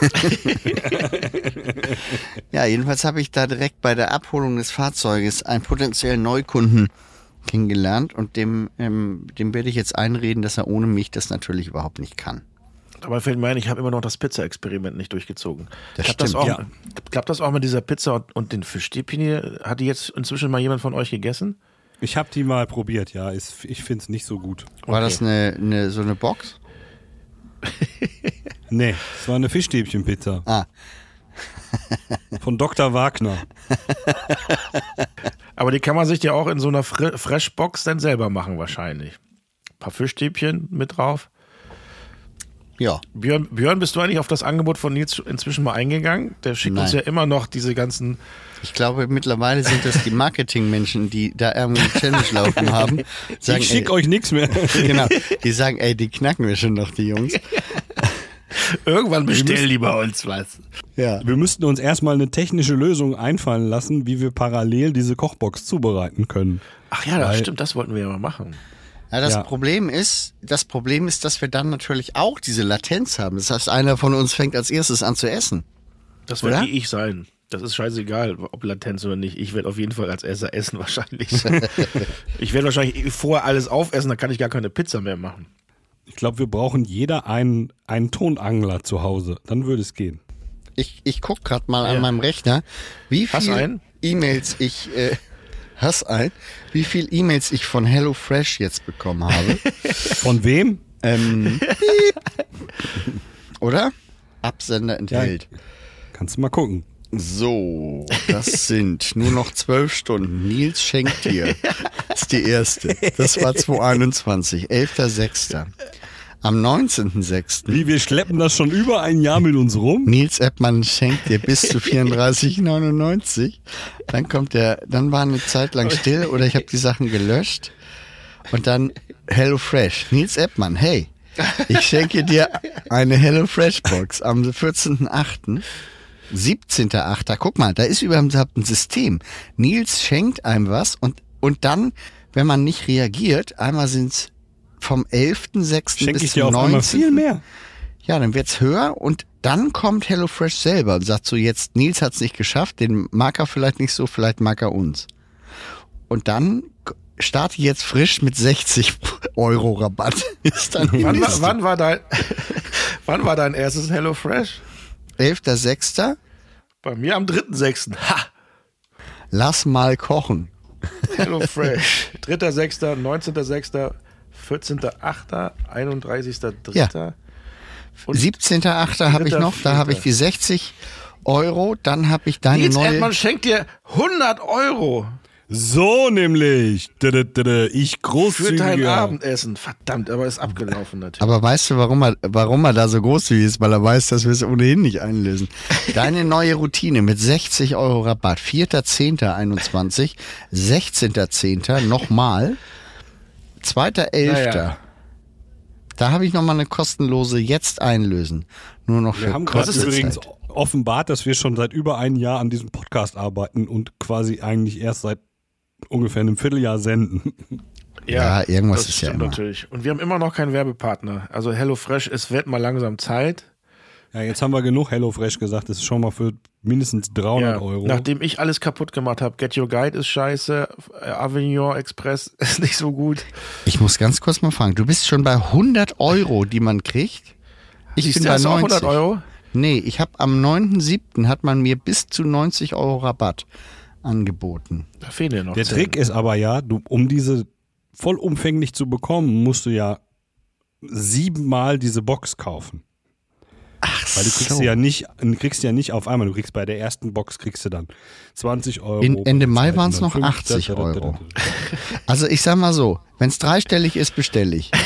Ja, jedenfalls habe ich da direkt bei der Abholung des Fahrzeuges einen potenziellen Neukunden kennengelernt und dem werde ich jetzt einreden, dass er ohne mich das natürlich überhaupt nicht kann. Aber fällt mir ein, ich habe immer noch das Pizza-Experiment nicht durchgezogen. Das Klappt das auch mit dieser Pizza und den Fischstäbchen hier? Hat die jetzt inzwischen mal jemand von euch gegessen? Ich habe die mal probiert, ja. Ich finde es nicht so gut. War das so eine Box? Nee, es war eine Fischstäbchenpizza. Ah. Von Dr. Wagner. Aber die kann man sich ja auch in so einer Freshbox dann selber machen wahrscheinlich. Ein paar Fischstäbchen mit drauf. Ja. Björn, bist du eigentlich auf das Angebot von Nils inzwischen mal eingegangen? Der schickt uns ja immer noch diese ganzen... Ich glaube, mittlerweile sind das die Marketingmenschen, die da irgendwie eine Challenge laufen haben. Sagen, ich schicke euch nichts mehr. Genau. Die sagen, ey, die knacken wir schon noch, die Jungs. Irgendwann bestellen die bei uns was. Ja. Wir müssten uns erstmal eine technische Lösung einfallen lassen, wie wir parallel diese Kochbox zubereiten können. Ach ja, das stimmt, das wollten wir ja mal machen. Ja, das Problem ist, dass wir dann natürlich auch diese Latenz haben. Das heißt, einer von uns fängt als erstes an zu essen. Das werde ich sein. Das ist scheißegal, ob Latenz oder nicht. Ich werde auf jeden Fall als Esser essen wahrscheinlich. Ich werde wahrscheinlich vorher alles aufessen, dann kann ich gar keine Pizza mehr machen. Ich glaube, wir brauchen jeder einen Tonangler zu Hause. Dann würde es gehen. Ich gucke gerade mal an meinem Rechner, wie viele E-Mails wie viele E-Mails ich von HelloFresh jetzt bekommen habe. Von wem? Oder? Absender enthält. Ja, kannst du mal gucken. So, das sind nur noch 12 Stunden. Nils schenkt dir. Das ist die erste. Das war 2021, 11.06. Am 19.06. Wie, wir schleppen das schon über ein Jahr mit uns rum? Nils Eppmann schenkt dir bis zu 34,99. Dann war eine Zeit lang still oder ich habe die Sachen gelöscht. Und dann HelloFresh. Nils Eppmann, hey, ich schenke dir eine HelloFresh-Box am 14.08. 17.08. Guck mal, da ist überhaupt ein System. Nils schenkt einem was und dann, wenn man nicht reagiert, einmal sind's vom 11.06. Schenke bis ich dir zum auf einmal 19. viel mehr. Ja, dann wird's höher und dann kommt HelloFresh selber und sagt so, jetzt Nils hat's nicht geschafft, den mag er vielleicht nicht so, vielleicht mag er uns. Und dann starte ich jetzt frisch mit 60 Euro Rabatt. Ist dann Wann war dein erstes HelloFresh? 11.06. Bei mir am 3.6. Ha! Lass mal kochen. HelloFresh. 3.6., 19.6., 14.8., 31.3. Ja. 17.08. habe ich noch, da habe ich die 60 Euro, dann habe ich deine Nils neue... Erdmann schenkt dir 100 Euro So nämlich. Ich großzügiger. für dein Abendessen. Verdammt, aber ist abgelaufen natürlich. Aber weißt du, warum er da so großzügig ist? Weil er weiß, dass wir es ohnehin nicht einlösen. Deine neue Routine mit 60 Euro Rabatt. 4.10.21, 16.10. nochmal, 2.11. Naja. Da habe ich nochmal eine kostenlose jetzt einlösen. Nur noch für Wir haben gerade kurze übrigens Zeit. offenbart, dass wir schon seit über einem Jahr an diesem Podcast arbeiten und quasi eigentlich erst seit ungefähr einem Vierteljahr senden. Ja, irgendwas das ist ja stimmt immer. natürlich. Und wir haben immer noch keinen Werbepartner. Also HelloFresh, es wird mal langsam Zeit. Ja, jetzt haben wir genug HelloFresh gesagt, das ist schon mal für mindestens 300 Euro. Nachdem ich alles kaputt gemacht habe. Get Your Guide ist scheiße, Avignon Express ist nicht so gut. Ich muss ganz kurz mal fragen, du bist schon bei 100 Euro, die man kriegt? Ich bin bei Hast du auch 90. 100 Euro? Nee, ich habe am 9.7. hat man mir bis zu 90 Euro Rabatt angeboten. Da fehlen ja noch Der 10. Trick ist aber ja, um diese vollumfänglich zu bekommen, musst du ja 7-mal diese Box kaufen. Ach Weil du kriegst ja nicht auf einmal, du kriegst bei der ersten Box kriegst du dann 20 Euro. Ende bei der Mai zweiten waren es dann noch 50, 80 Euro. Also ich sag mal so, wenn es dreistellig ist, bestelle ich.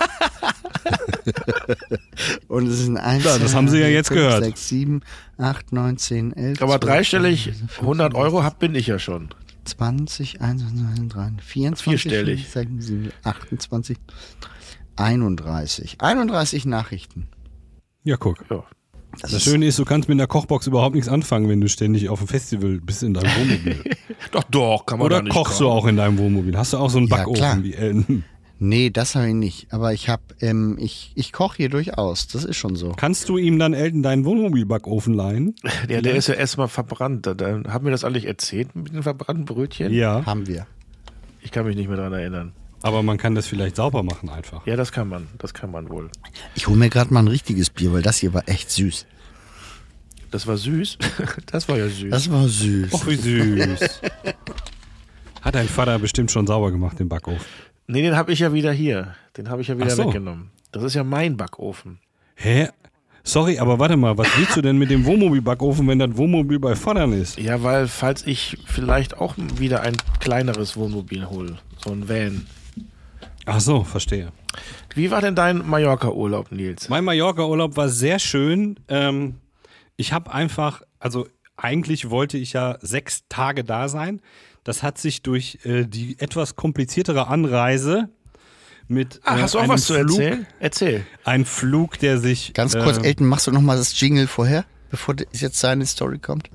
Und es sind 1, Ja, das haben Sie ja jetzt 5, gehört. 6, 7, 8, 9, 10, 11, Aber 12, dreistellig 13, 100 Euro bin ich ja schon. 20, 21, 23, 24, Vierstellig. 25, 27, 28, 31. 31 Nachrichten. Ja, guck. Ja. Das Schöne ist, du kannst mit einer Kochbox überhaupt nichts anfangen, wenn du ständig auf dem Festival bist in deinem Wohnmobil. Doch, kann man Oder da nicht kochst du kochen. auch in deinem Wohnmobil? Hast du auch so einen Ja, Backofen klar. wie Ellen? Nee, das habe ich nicht. Aber ich habe, ich koche hier durchaus. Das ist schon so. Kannst du ihm dann Elton deinen Wohnmobil-Backofen leihen? Ja, der ist ja erstmal verbrannt. Haben wir das eigentlich erzählt mit den verbrannten Brötchen? Ja, Haben wir. Ich kann mich nicht mehr daran erinnern. aber man kann das vielleicht sauber machen einfach. Ja, das kann man wohl. Ich hole mir gerade mal ein richtiges Bier, weil das hier war echt süß. Das war süß. Das war ja süß. Das war süß. Och, wie süß. Hat dein Vater bestimmt schon sauber gemacht, den Backofen. Nee, den habe ich ja wieder hier. Den habe ich ja wieder Ach so. weggenommen. Das ist ja mein Backofen. Hä? Sorry, aber warte mal, was willst du denn mit dem Wohnmobil-Backofen, wenn das Wohnmobil bei Vatern ist? Ja, weil falls ich vielleicht auch wieder ein kleineres Wohnmobil hole, so ein Van. Ach so, verstehe. Wie war denn dein Mallorca-Urlaub, Nils? Mein Mallorca-Urlaub war sehr schön. Ich habe einfach, also eigentlich wollte ich ja 6 Tage da sein. Das hat sich durch die etwas kompliziertere Anreise mit Hast du auch einem was zu Flug, erzählen? Erzähl. Ein Flug, der sich Ganz kurz, Elton, machst du noch mal das Jingle vorher, bevor jetzt seine Story kommt?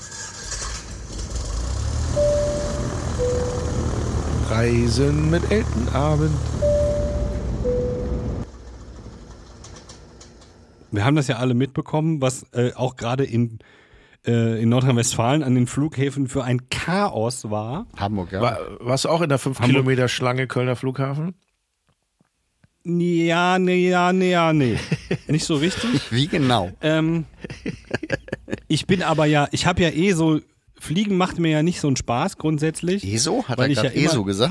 Reisen mit Eltenabend. Wir haben das ja alle mitbekommen, was auch gerade in Nordrhein-Westfalen an den Flughäfen für ein Chaos war. Hamburg, ja. Warst du auch in der 5 Hamburg. Kilometer Schlange Kölner Flughafen? Nee. Nicht so richtig. Wie genau? Ich bin aber ja, ich habe ja so, Fliegen macht mir ja nicht so einen Spaß grundsätzlich. ESO? Hat Weil er ich gerade ja immer- ESO gesagt?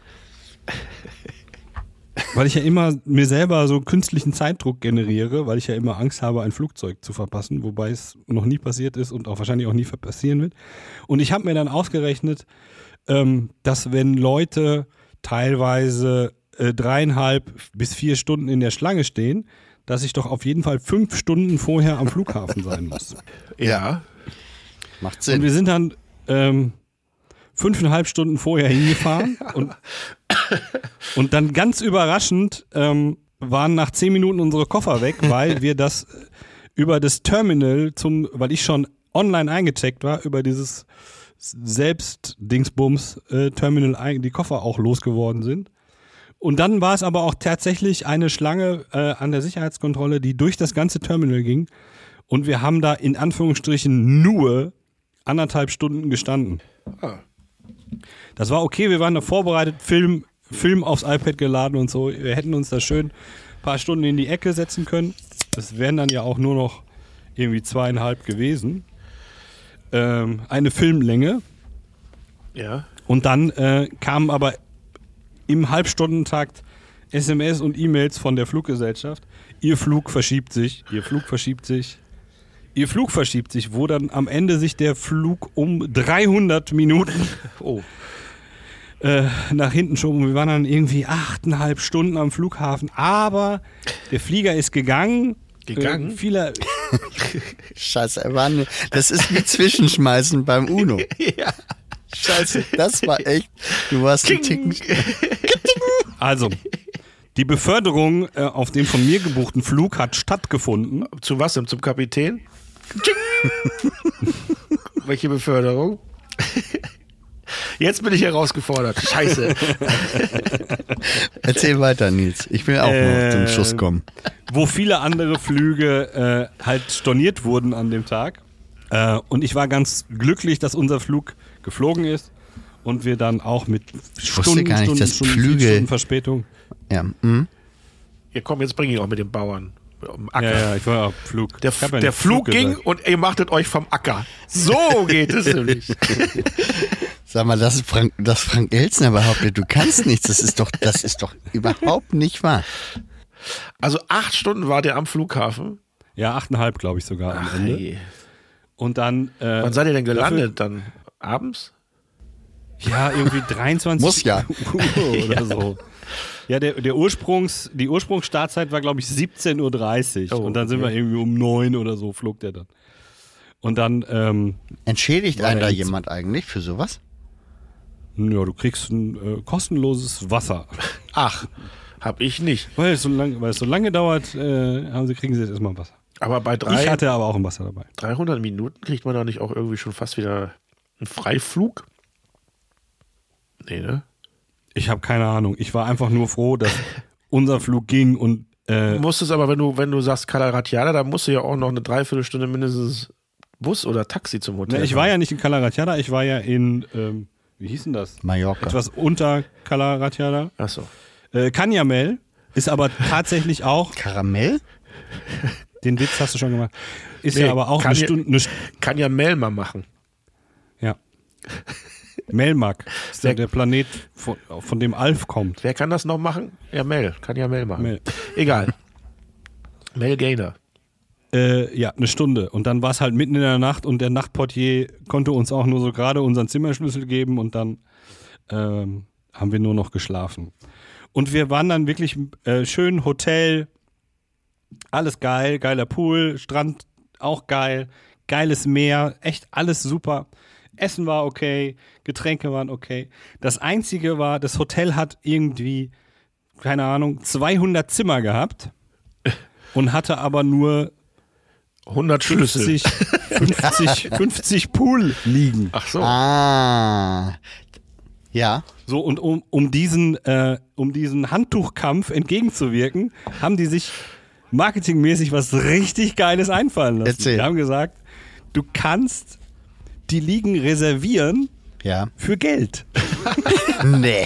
Weil ich ja immer mir selber so künstlichen Zeitdruck generiere, weil ich ja immer Angst habe, ein Flugzeug zu verpassen, wobei es noch nie passiert ist und auch wahrscheinlich auch nie passieren wird. Und ich habe mir dann ausgerechnet, dass wenn Leute teilweise 3,5 bis 4 Stunden in der Schlange stehen, dass ich doch auf jeden Fall 5 Stunden vorher am Flughafen sein muss. Ja. Macht Sinn. Und wir sind dann 5,5 Stunden vorher hingefahren und dann ganz überraschend waren nach 10 Minuten unsere Koffer weg, weil wir das über das Terminal weil ich schon online eingecheckt war, über dieses Selbst-Dingsbums-Terminal die Koffer auch losgeworden sind. Und dann war es aber auch tatsächlich eine Schlange an der Sicherheitskontrolle, die durch das ganze Terminal ging. Und wir haben da in Anführungsstrichen nur 1,5 Stunden gestanden. Das war okay, wir waren da vorbereitet, Film aufs iPad geladen und so. Wir hätten uns da schön ein paar Stunden in die Ecke setzen können. Das wären dann ja auch nur noch irgendwie 2,5 gewesen. Eine Filmlänge. Ja. Und dann kamen aber im Halbstundentakt SMS und E-Mails von der Fluggesellschaft. Ihr Flug verschiebt sich, Ihr Flug verschiebt sich, Ihr Flug verschiebt sich, wo dann am Ende sich der Flug um 300 Minuten nach hinten schob. Und wir waren dann irgendwie 8,5 Stunden am Flughafen. Aber der Flieger ist gegangen. Viele Scheiße, das ist wie Zwischenschmeißen beim Uno. Ja. Scheiße, das war echt, du warst ein Ticken. Also, die Beförderung auf dem von mir gebuchten Flug hat stattgefunden. Zu was denn? Zum Kapitän? Welche Beförderung? Jetzt bin ich herausgefordert. Scheiße. Erzähl weiter, Nils. Ich will auch noch zum Schuss kommen. Wo viele andere Flüge halt storniert wurden an dem Tag. Und ich war ganz glücklich, dass unser Flug geflogen ist und wir dann auch mit Stunden Verspätung. Ja. Ja, komm, jetzt bringe ich auch mit dem Bauern. Acker. Ja, ich war auf Flug. Der Flug ging gesagt. Und ihr machtet euch vom Acker. So geht es nämlich. Sag mal, das Frank Elstner behauptet, du kannst nichts. Das ist doch überhaupt nicht wahr. Also 8 Stunden wart ihr am Flughafen? Ja, 8,5 glaube ich sogar am Ende. Hey. Und dann... wann seid ihr denn gelandet dann? Abends? Ja, irgendwie 23 Muss ja. Uhr oder so. Ja, die Ursprungsstartzeit war, glaube ich, 17:30 Uhr. Und dann sind wir irgendwie um 9 oder so, flog der dann. Und dann... Entschädigt einen da jemand eigentlich für sowas? Ja, du kriegst ein kostenloses Wasser. Ach, hab ich nicht. Weil es so lange dauert, kriegen sie jetzt erstmal Wasser. Aber bei ich hatte aber auch ein Wasser dabei. 300 Minuten kriegt man da nicht auch irgendwie schon fast wieder einen Freiflug? Nee, ne? Ich habe keine Ahnung. Ich war einfach nur froh, dass unser Flug ging und du musstest aber, wenn du sagst Calaratiada, da musst du ja auch noch eine Dreiviertelstunde mindestens Bus oder Taxi zum Hotel. Ich war ja nicht in Calaratiada, ich war ja in, wie hieß denn das? Mallorca. Etwas unter Calaratiada. Ach so. Canyamel ist aber tatsächlich auch... Karamell? Den Witz hast du schon gemacht. Ist ja aber auch eine Stunde... Kann ja Melma machen. Ja. Melmac ist der Planet, von dem Alf kommt. Wer kann das noch machen? Ja, Mel. Kann ja Mel machen. Mel. Egal. Mel Gaynor. Ja, eine Stunde. Und dann war es halt mitten in der Nacht und der Nachtportier konnte uns auch nur so gerade unseren Zimmerschlüssel geben und dann haben wir nur noch geschlafen. Und wir waren dann wirklich schön Hotel, alles geil, geiler Pool, Strand auch geil, geiles Meer, echt alles super. Essen war okay, Getränke waren okay. Das Einzige war, das Hotel hat irgendwie, keine Ahnung, 200 Zimmer gehabt und hatte aber nur 100 Schlüssel. 50 Pool liegen. Ach so. Ah. Ja. So, und um diesen Handtuchkampf entgegenzuwirken, haben die sich marketingmäßig was richtig Geiles einfallen lassen. Erzähl. Die haben gesagt, du kannst die Liegen reservieren für Geld. Nee.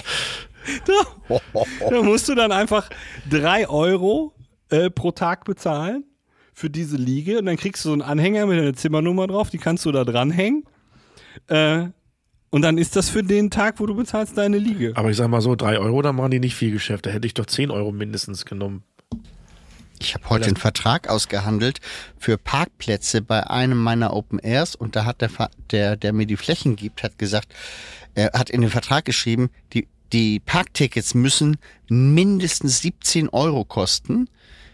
Da musst du dann einfach 3 Euro pro Tag bezahlen für diese Liege und dann kriegst du so einen Anhänger mit einer Zimmernummer drauf, die kannst du da dranhängen. Und dann ist das für den Tag, wo du bezahlst, deine Liege. Aber ich sag mal so, 3 Euro, da machen die nicht viel Geschäft. Da hätte ich doch 10 Euro mindestens genommen. Ich habe heute einen Vertrag ausgehandelt für Parkplätze bei einem meiner Open Airs und da hat der mir die Flächen gibt, hat gesagt, er hat in den Vertrag geschrieben, die die Parktickets müssen mindestens 17 Euro kosten,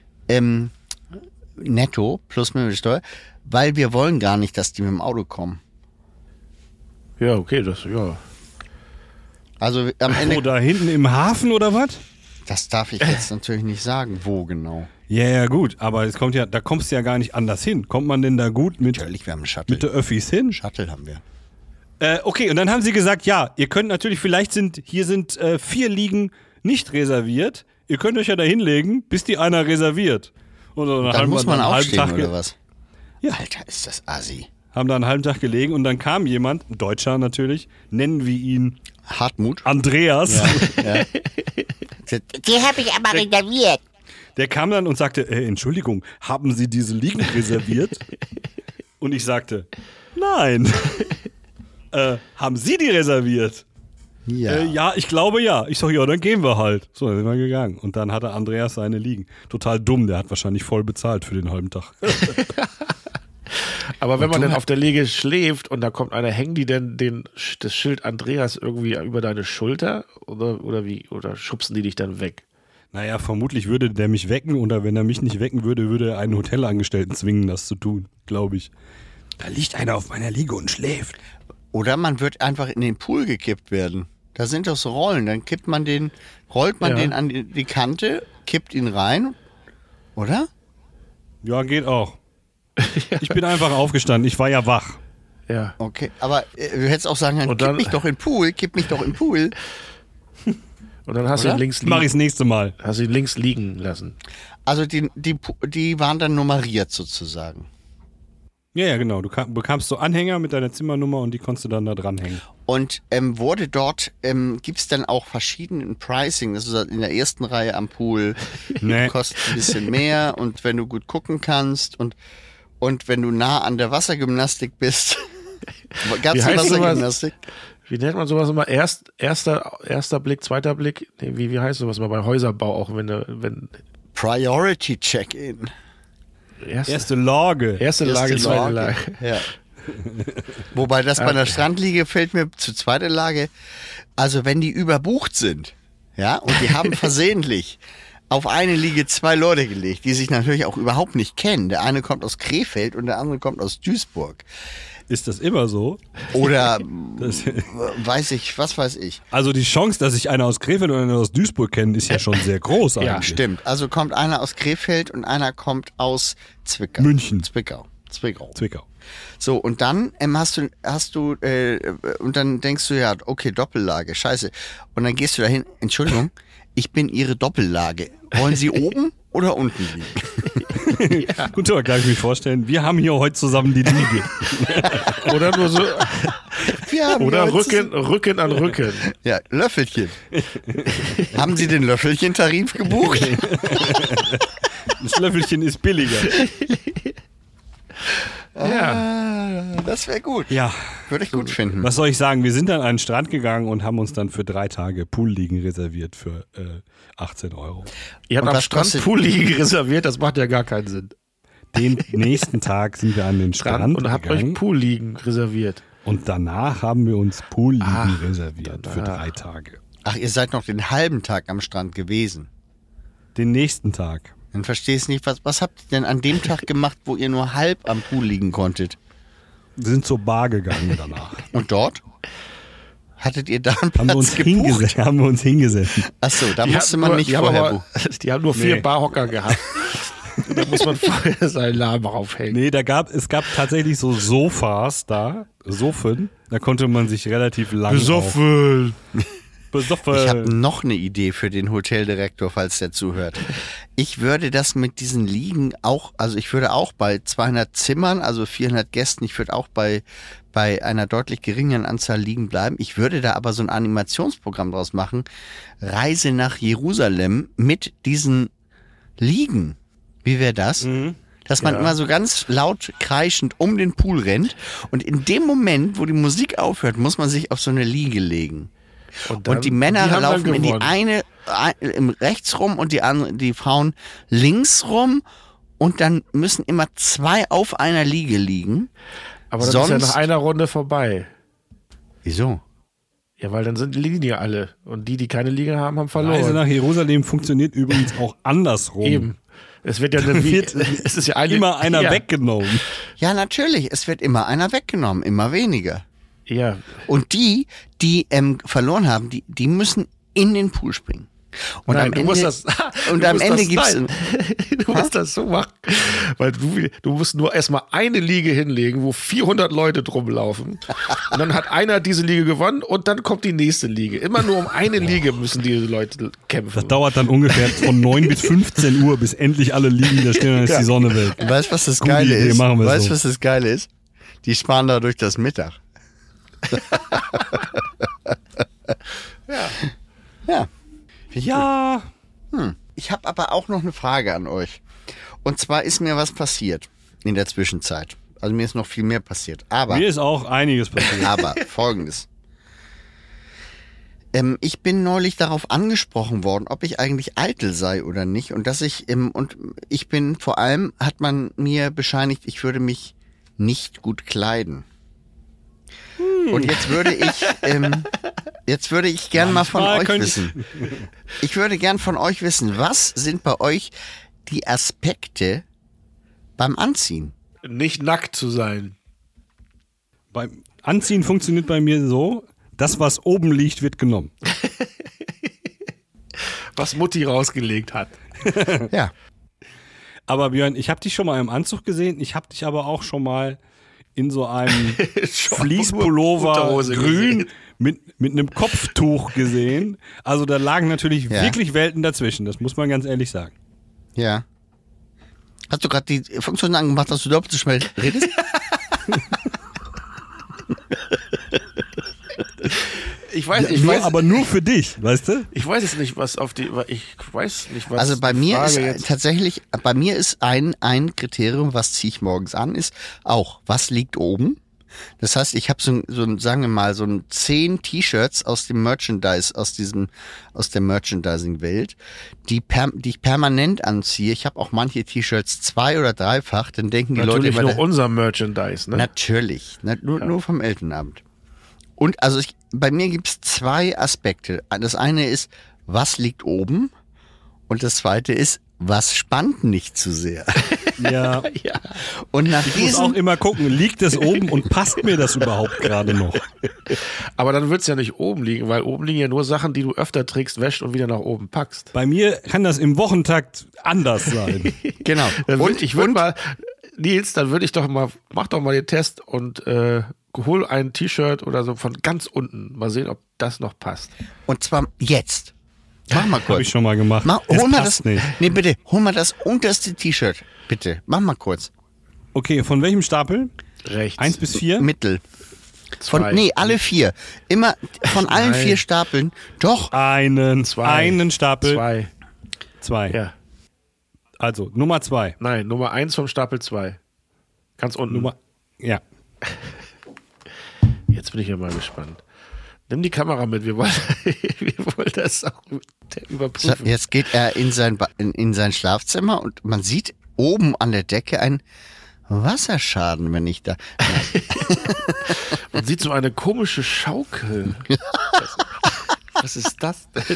netto, plus Mehrwertsteuer, weil wir wollen gar nicht, dass die mit dem Auto kommen. Ja, okay, das, ja. Also am Ende, Da hinten im Hafen oder was? das darf ich jetzt natürlich nicht sagen, wo genau. Ja, gut, aber es kommt ja, da kommst du ja gar nicht anders hin. Kommt man denn da gut mit Natürlich, wir haben einen Shuttle. der Öffis hin? Shuttle haben wir. Okay, und dann haben sie gesagt, ja, ihr könnt natürlich, hier sind 4 Liegen nicht reserviert. Ihr könnt euch ja da hinlegen, bis die einer reserviert. Und Dann muss man aufstehen, oder was? Ja. Alter, ist das assi. Haben da einen halben Tag gelegen und dann kam jemand, ein Deutscher natürlich, nennen wir ihn Hartmut? Andreas. Ja. Die habe ich aber reserviert. Der kam dann und sagte, Entschuldigung, haben Sie diese Liegen reserviert? Und ich sagte, nein. Haben Sie die reserviert? Ja. Ja, ich glaube ja. Ich sag, ja, dann gehen wir halt. So, dann sind wir gegangen. Und dann hatte Andreas seine Liegen. Total dumm, der hat wahrscheinlich voll bezahlt für den halben Tag. Aber wenn man dann auf der Liege schläft und da kommt einer, hängen die denn das Schild Andreas irgendwie über deine Schulter oder wie? Oder schubsen die dich dann weg? Naja, vermutlich würde der mich wecken oder wenn er mich nicht wecken würde, würde er einen Hotelangestellten zwingen, das zu tun, glaube ich. Da liegt einer auf meiner Liege und schläft. Oder man wird einfach in den Pool gekippt werden. Da sind doch so Rollen. Dann rollt man den an die Kante, kippt ihn rein. Oder? Ja, geht auch. Ich bin einfach aufgestanden, ich war ja wach. Ja. Okay, aber du hättest auch sagen können, Und dann- kipp mich doch in den Pool. Und dann hast du ihn links Mach ich das nächste Mal. hast du ihn links liegen lassen. Also die waren dann nummeriert sozusagen. Ja, genau. Du bekamst so Anhänger mit deiner Zimmernummer und die konntest du dann da dranhängen. Und wurde dort, gibt es dann auch verschiedenen Pricing, das ist in der ersten Reihe am Pool, Nee. kostet ein bisschen mehr und wenn du gut gucken kannst und wenn du nah an der Wassergymnastik bist, gab Wie es heißt sowas? Wassergymnastik? Wie nennt man sowas immer? Erster Blick, zweiter Blick? Nee, wie heißt sowas mal bei Häuserbau auch, wenn Priority Check-in. Erste Lage. erste Lage, zweite Lage. Ja. Wobei das bei der Strandliege fällt mir zu zweiter Lage. Also wenn die überbucht sind, ja, und die haben versehentlich auf eine Liege 2 Leute gelegt, die sich natürlich auch überhaupt nicht kennen. Der eine kommt aus Krefeld und der andere kommt aus Duisburg. Ist das immer so? Oder Das, was weiß ich. also die Chance, dass sich einer aus Krefeld und einer aus Duisburg kennen, ist ja schon sehr groß eigentlich. Ja, Stimmt. Also kommt einer aus Krefeld und einer kommt aus Zwickau. München. Zwickau. Zwickau. So, und dann hast du und dann denkst du, ja, okay, Doppellage, scheiße. Und dann gehst du dahin, Entschuldigung, ich bin Ihre Doppellage. Wollen Sie oben oder unten liegen? Guten Tag, kann ich mich vorstellen. Wir haben hier heute zusammen die Liege. Oder nur so, Wir haben oder heute Rücken an Rücken. Ja, Löffelchen. Haben Sie den Löffelchen-Tarif gebucht? Das Löffelchen ist billiger. Ja. Das wäre gut. Ja, Würde ich gut finden. was soll ich sagen? Wir sind dann an den Strand gegangen und haben uns dann für 3 Tage Poolliegen reserviert für 18 Euro. Ihr habt Und am was Strand kostet- Poolliegen reserviert, das macht ja gar keinen Sinn. Den nächsten Tag sind wir an den Strand Und habt euch gegangen Poolliegen reserviert. und danach haben wir uns Poolliegen Ach, reserviert für danach. 3 Tage. Ach, ihr seid noch den halben Tag am Strand gewesen. Den nächstenAg. Dann verstehe ich nicht, was habt ihr denn an dem Tag gemacht, wo ihr nur halb am Pool liegen konntet? Wir sind zur Bar gegangen danach. Und dort? Hattet ihr da einen Haben wir Platz uns gebucht? haben wir uns hingesetzt. Achso, da Die musste hatten man nur- nicht die haben vorher aber- buchen. Die haben nur 4 Nee. Barhocker gehabt. Da muss man vorher seinen Namen raufhängen. Nee, es gab tatsächlich so Sofas da, Sofen, da konnte man sich relativ lang Besoffen. Besoffen. Ich habe noch eine Idee für den Hoteldirektor, falls der zuhört. Ich würde das mit diesen Liegen auch, also ich würde auch bei 200 Zimmern, also 400 Gästen, ich würde auch bei einer deutlich geringeren Anzahl Liegen bleiben. Ich würde da aber so ein Animationsprogramm draus machen. Reise nach Jerusalem mit diesen Liegen. Wie wäre das? Dass man immer so ganz laut kreischend um den Pool rennt und in dem Moment, wo die Musik aufhört, muss man sich auf so eine Liege legen. Und die Männer haben dann laufen in die gewonnen. eine rechts rum und die Frauen links rum und dann müssen immer 2 auf einer Liege liegen. Aber das ist ja Sonst- nach einer Runde vorbei. Wieso? Ja, weil dann liegen ja alle. Und die keine Liege haben, haben verloren. Reise nach Jerusalem funktioniert übrigens auch andersrum. Eben. Es wird ja es ist ja immer einer weggenommen. Ja, natürlich. Es wird immer einer weggenommen, immer weniger. Ja. Und die verloren haben, die müssen in den Pool springen. Und Nein, am du Ende, musst das, und am Ende gibt's du musst das so machen, weil du musst nur erstmal eine Liege hinlegen, wo 400 Leute drum laufen. Und dann hat einer diese Liege gewonnen und dann kommt die nächste Liege. Immer nur um eine Liege müssen diese Leute kämpfen. Das dauert dann ungefähr von 9 bis 15 Uhr, bis endlich alle Liegen da stehen und ist die Sonne weg. Weißt du, was das Gute Geile Idee, ist? machen wir Weißt du, so. was das Geile ist? Die sparen dadurch das Mittag. Ja. Ja. Ich habe aber auch noch eine Frage an euch. Und zwar ist mir was passiert in der Zwischenzeit. Also mir ist noch viel mehr passiert. Aber Mir ist auch einiges passiert. Aber Folgendes. Ich bin neulich darauf angesprochen worden, ob ich eigentlich eitel sei oder nicht. Und vor allem hat man mir bescheinigt, ich würde mich nicht gut kleiden. Und jetzt würde ich gern mal von euch wissen. Ich würde gern von euch wissen, was sind bei euch die Aspekte beim Anziehen? Nicht nackt zu sein. Beim Anziehen funktioniert bei mir so, das, was oben liegt, wird genommen. Was Mutti rausgelegt hat. Ja. Aber Björn, ich habe dich schon mal im Anzug gesehen, ich habe dich aber auch schon mal in so einem Fließpullover Unterhose grün gesehen. mit einem Kopftuch gesehen. Also da lagen natürlich Ja. wirklich Welten dazwischen, das muss man ganz ehrlich sagen. Ja. Hast du gerade die Funktion angemacht, dass du doppelt so schnell redest? Ich weiß, Aber nur für dich, weißt du? ich weiß jetzt nicht, was Also bei die mir Frage ist jetzt. tatsächlich, ein Kriterium, was ziehe ich morgens an, ist auch, was liegt oben? Das heißt, ich habe sagen wir mal, so 10 T-Shirts aus dem Merchandise, aus der Merchandising-Welt, die ich permanent anziehe. Ich habe auch manche T-Shirts 2- oder 3-fach, dann denken die Natürlich Leute immer, nur unser Merchandise, ne? natürlich, nur vom Elternabend. Und also bei mir gibt's 2 Aspekte. Das eine ist, was liegt oben? Und das zweite ist, was spannt nicht zu sehr? Ja. Und nach Ich muss auch immer gucken, liegt das oben und passt mir das überhaupt gerade noch? Aber dann wird's ja nicht oben liegen, weil oben liegen ja nur Sachen, die du öfter trägst, wäschst und wieder nach oben packst. Bei mir kann das im Wochentakt anders sein. Genau. Nils, dann würde ich mach doch mal den Test und hol ein T-Shirt oder so von ganz unten. Mal sehen, ob das noch passt. Und zwar jetzt. Mach mal kurz. Habe ich schon mal gemacht. Hol mal passt das. nicht. Nee, bitte, hol mal das unterste T-Shirt. Bitte, mach mal kurz. Okay, von welchem Stapel? Rechts. 1 bis 4? Mittel. Zwei. Alle 4. Immer von allen 4 Stapeln. Doch. Einen Zwei. Stapel. 2. Ja. Also, Nummer 2. Nein, Nummer 1 vom Stapel 2. Ganz unten. Ja. Jetzt bin ich ja mal gespannt. Nimm die Kamera mit, wir wollen das auch überprüfen. Jetzt geht er in sein Schlafzimmer und man sieht oben an der Decke einen Wasserschaden, wenn ich da. Man sieht so eine komische Schaukel. Was ist das denn?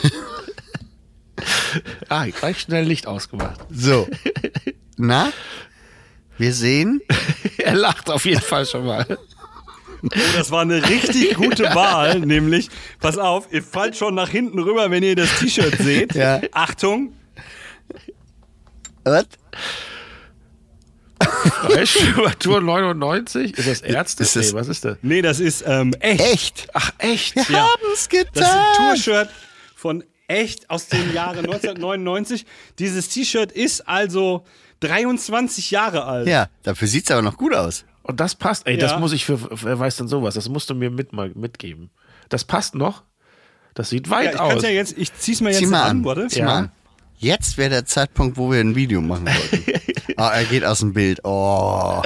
Gleich schnell Licht ausgemacht. So. Na? Wir sehen. Er lacht auf jeden Fall schon mal. Oh, das war eine richtig gute Wahl, nämlich, pass auf, ihr fallt schon nach hinten rüber, wenn ihr das T-Shirt seht. Ja. Achtung. Was? Freischwimmertour 99? Ist das Ärzte? Ist das- Nee, was ist das? Nee, das ist echt. Echt? Ach, echt? Wir Ja. haben's getan. Das ist ein Tour-Shirt von echt aus dem Jahre 1999. Dieses T-Shirt ist also 23 Jahre alt. Ja, dafür sieht's aber noch gut aus. Und das passt. Ey, Ja. das muss ich wer weiß denn sowas? Das musst du mir mitgeben. Das passt noch. Das sieht Ja, weit ich kann's aus. ja jetzt, ich zieh's mir Zieh jetzt mal an, an. warte. Zieh mal an. Jetzt wäre der Zeitpunkt, wo wir ein Video machen wollten. Er geht aus dem Bild. Oh.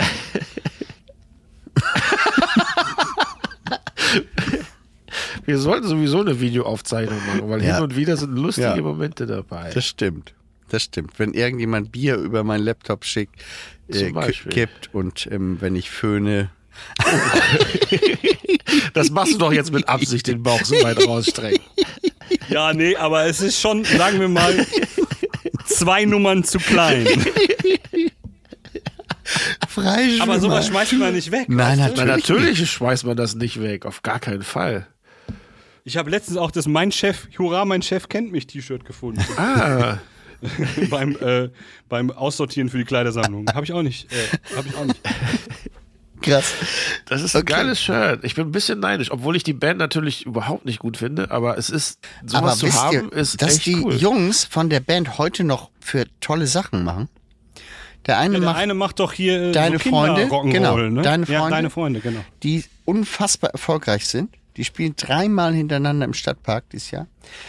Wir sollten sowieso eine Videoaufzeichnung machen, weil Ja. hin und wieder sind lustige Ja. Momente dabei. Das stimmt. Das stimmt. Wenn irgendjemand Bier über meinen Laptop schickt, Zum Beispiel. kippt und wenn ich föhne, Das machst du doch jetzt mit Absicht, den Bauch so weit rausstrecken. Ja, nee, aber es ist schon, sagen wir mal, 2 Nummern zu klein. Aber sowas schmeißt man nicht weg. Nein, natürlich schmeißt man das nicht weg, auf gar keinen Fall. Ich habe letztens auch das mein Chef kennt mich T-Shirt gefunden. beim Aussortieren für die Kleidersammlung. Habe ich auch nicht. Krass. Das ist ein geiles Shirt. Ich bin ein bisschen neidisch, obwohl ich die Band natürlich überhaupt nicht gut finde, aber es ist, sowas zu haben, ist echt cool. Dass die Jungs von der Band heute noch für tolle Sachen machen. Der eine macht doch hier deine so Freunde, genau, ne? deine Freunde, genau. Die unfassbar erfolgreich sind. Die spielen 3-mal hintereinander im Stadtpark dieses Jahr.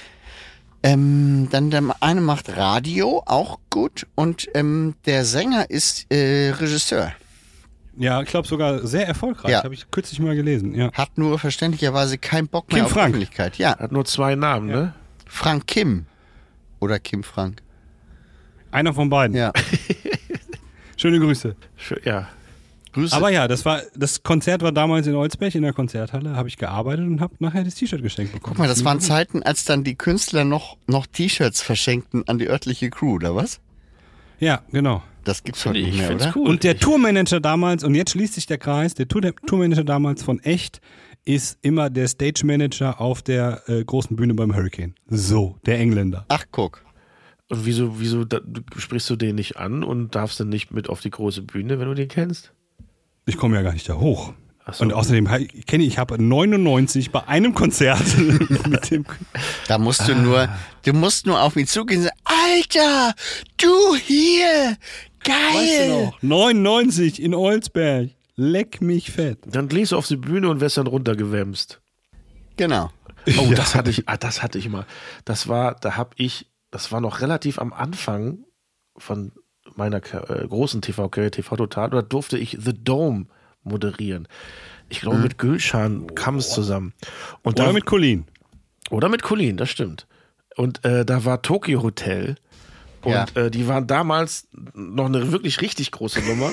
Dann der eine macht Radio, auch gut. Und der Sänger ist Regisseur. Ja, ich glaube sogar sehr erfolgreich. Ja. Habe ich kürzlich mal gelesen. Ja. Hat nur verständlicherweise keinen Bock mehr Kim auf Frank. Öffentlichkeit. Ja. Hat nur 2 Namen, ne? Frank Kim. Oder Kim Frank. Einer von beiden. Ja. Schöne Grüße. Ja. Grüße. Aber ja, das Konzert war damals in Olsberg in der Konzerthalle, habe ich gearbeitet und habe nachher das T-Shirt geschenkt bekommen. Guck mal, das waren Zeiten, als dann die Künstler noch T-Shirts verschenkten an die örtliche Crew, oder was? Ja, genau. Das gibt's heute nicht mehr, oder? Cool. Und der Tourmanager damals, und jetzt schließt sich der Kreis, der Tourmanager damals von Echt ist immer der Stage Manager auf der großen Bühne beim Hurricane. So, der Engländer. Ach, guck. Und wieso sprichst du den nicht an und darfst dann nicht mit auf die große Bühne, wenn du den kennst? Ich komme ja gar nicht da hoch. Ach so. Und außerdem ich habe 99 bei einem Konzert mit dem. Da musst du musst nur auf mich zugehen und sagen, Alter, du hier, geil. Weißt du noch? 99 in Olsberg. Leck mich fett. Dann gehst du auf die Bühne und wirst dann runtergewämst. Genau. Oh, das hatte ich mal. Das war noch relativ am Anfang von meiner großen TV-Karriere, TV Total, da durfte ich The Dome moderieren. Ich glaube, mit Gülschan kam es zusammen. Und Oder mit Colin. Oder mit Colin, das stimmt. Und da war Tokyo Hotel. Und die waren damals noch eine wirklich richtig große Nummer.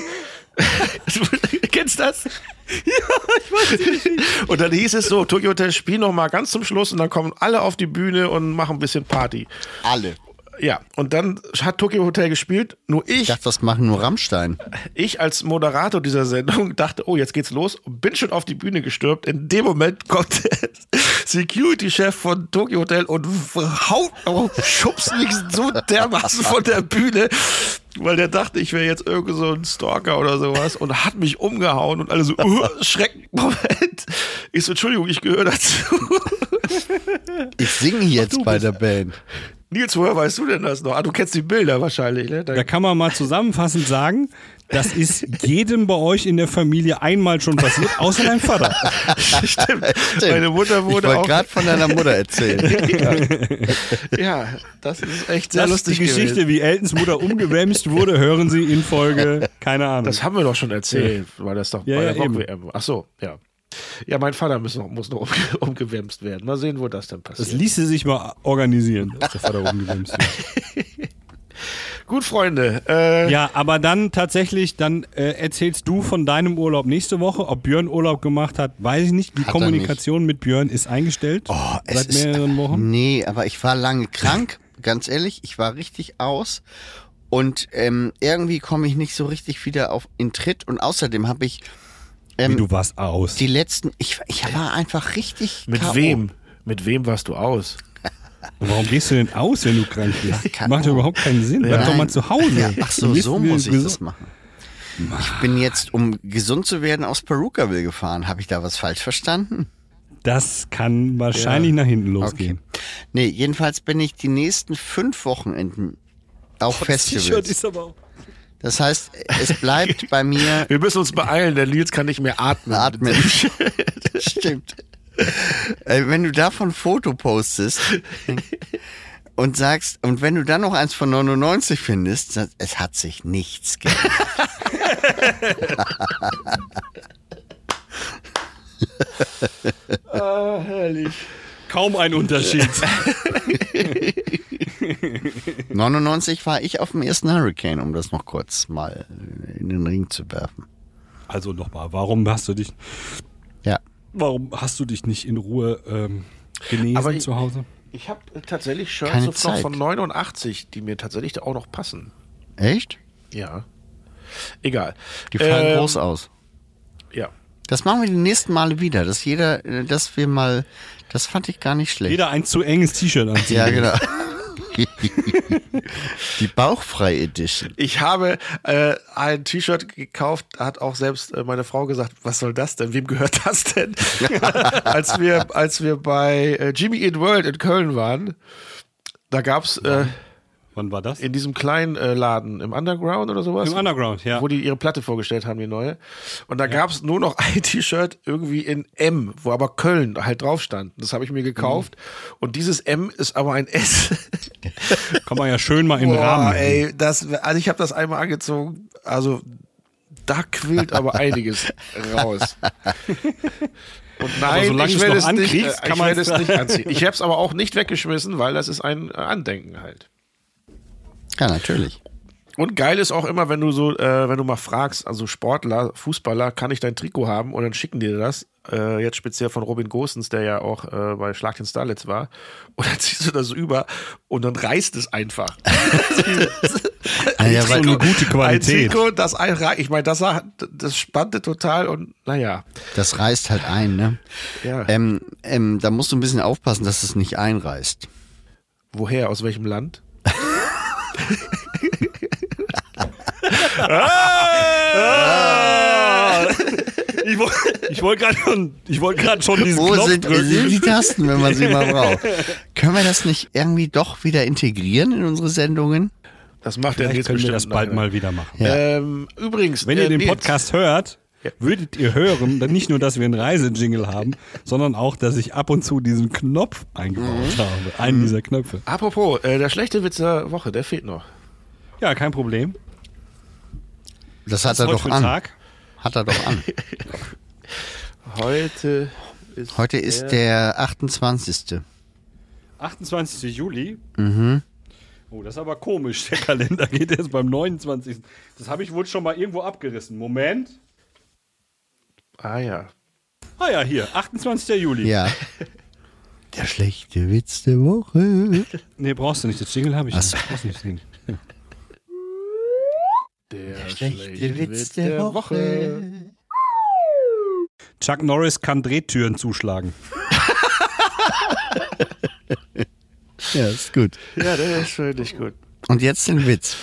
Kennst du das? Ja, ich weiß nicht. Und dann hieß es so, Tokyo Hotel spiel noch mal ganz zum Schluss und dann kommen alle auf die Bühne und machen ein bisschen Party. Alle. Ja, und dann hat Tokyo Hotel gespielt, nur ich. Ich dachte, das machen nur Rammstein. Ich als Moderator dieser Sendung dachte, oh, jetzt geht's los und bin schon auf die Bühne gestürmt. In dem Moment kommt der Security-Chef von Tokyo Hotel und schubst mich so dermaßen von der Bühne, weil der dachte, ich wäre jetzt irgendwie so ein Stalker oder sowas und hat mich umgehauen und alle so, Schrecken, Moment. Ich so, Entschuldigung, ich gehöre dazu. Ich singe jetzt bei der Band. Nils, woher weißt du denn das noch? Du kennst die Bilder wahrscheinlich, ne? Da kann man mal zusammenfassend sagen, das ist jedem bei euch in der Familie einmal schon passiert, außer deinem Vater. Stimmt. Meine Mutter wurde ich auch... wollte gerade von deiner Mutter erzählen. Ja, das ist echt sehr lustig Die Geschichte, gewesen. wie Eltons Mutter umgewämst wurde, hören Sie in Folge, keine Ahnung. Das haben wir doch schon erzählt, weil das doch bei der eben. Rock-WM war. Ach so, ja. Ja, mein Vater muss noch umgewämst werden. Mal sehen, wo das denn passiert. Das ließe sich mal organisieren, dass der Vater umgewämst wird. Gut, Freunde. Ja, aber dann tatsächlich, erzählst du von deinem Urlaub nächste Woche. Ob Björn Urlaub gemacht hat, weiß ich nicht. Die Kommunikation mit Björn ist eingestellt seit mehreren Wochen. Nee, aber ich war lange krank, ganz ehrlich. Ich war richtig aus. Und irgendwie komme ich nicht so richtig wieder in Tritt. Und außerdem habe ich Wie, du warst aus. die letzten, ich war einfach richtig Mit K.O. wem? Mit wem warst du aus? Und warum gehst du denn aus, wenn du krank bist? Macht ja überhaupt keinen Sinn. Bleib doch mal zu Hause. Ja, ach so, Du so bist muss ich gesund. das machen. Ich bin jetzt, um gesund zu werden, aus Perukaville gefahren. Habe ich da was falsch verstanden? Das kann wahrscheinlich nach hinten losgehen. Nee, jedenfalls bin ich die nächsten 5 Wochenenden auf Das T-Shirt Festivals. ist aber auch... Das heißt, es bleibt bei mir Wir müssen uns beeilen, der Nils kann nicht mehr atmen. Atmen. Stimmt. Wenn du davon ein Foto postest und sagst, und wenn du dann noch eins von 99 findest, es hat sich nichts geändert. Herrlich. Kaum ein Unterschied. 99 war ich auf dem ersten Hurricane, um das noch kurz mal in den Ring zu werfen. Also nochmal, warum hast du dich nicht in Ruhe genesen Aber zu Hause? Ich habe tatsächlich Shirts Keine noch Zeit. von 89, die mir tatsächlich auch noch passen. Echt? Ja. Egal. Die fallen groß aus. Ja. Das machen wir die nächsten Male wieder, das fand ich gar nicht schlecht. Jeder ein zu enges T-Shirt anziehen. Ja, genau. Die Bauchfrei Edition. Ich habe ein T-Shirt gekauft, da hat auch selbst meine Frau gesagt, was soll das denn? Wem gehört das denn? als wir bei Jimmy Eat World in Köln waren, da gab's Wann war das? in diesem kleinen Laden im Underground oder sowas. Im Underground, ja. Wo die ihre Platte vorgestellt haben, die neue. Und da gab's nur noch ein T-Shirt irgendwie in M, wo aber Köln halt drauf stand. Das habe ich mir gekauft. Und dieses M ist aber ein S. Kann man ja schön mal in den Rahmen machen. Ey, also ich habe das einmal angezogen. Also da quillt aber einiges raus. Und nein, solange ich du es werde noch ankriegst, kann man es nicht anziehen. Ich habe es aber auch nicht weggeschmissen, weil das ist ein Andenken halt. Ja, natürlich. Und geil ist auch immer, wenn du wenn du mal fragst, also Sportler, Fußballer, kann ich dein Trikot haben? Und dann schicken die dir das. Jetzt speziell von Robin Gosens, der ja auch bei Schlag den Starlets war. Und dann ziehst du das über und dann reißt es einfach. Ja, So eine gute Qualität. Ein Trikot, ich meine, das spannte total und naja. Das reißt halt ein, ne? Ja. Da musst du ein bisschen aufpassen, dass es nicht einreißt. Woher? Aus welchem Land? Ich wollte gerade schon diesen Wo Knopf sind drücken. die Tasten, wenn man sie mal braucht? Können wir das nicht irgendwie doch wieder integrieren in unsere Sendungen? Das macht der Vielleicht Nils können wir bestimmt das bald nachher. mal wieder machen. Ja. Übrigens, Wenn ihr den Nils, Podcast hört, würdet ihr hören, dann nicht nur, dass wir einen Reisejingle haben, sondern auch, dass ich ab und zu diesen Knopf eingebaut habe. Einen dieser Knöpfe. apropos, der schlechte Witz der Woche, der fehlt noch. Ja, kein Problem. Das hat Was er heute doch für ein an. Tag? Hat er doch an. Heute ist der 28. 28. Juli. Oh, das ist aber komisch. Der Kalender geht erst beim 29. Das habe ich wohl schon mal irgendwo abgerissen. Moment. Ah ja. Ah ja, hier. 28. Juli. Ja. Der schlechte Witz der Woche. Nee, brauchst du nicht. Das Jingle habe ich nicht. Brauchst nicht singen. Der schlechte Witz der Woche. Chuck Norris kann Drehtüren zuschlagen. Ja, ist gut. Ja, der ist wirklich gut. Und jetzt den Witz.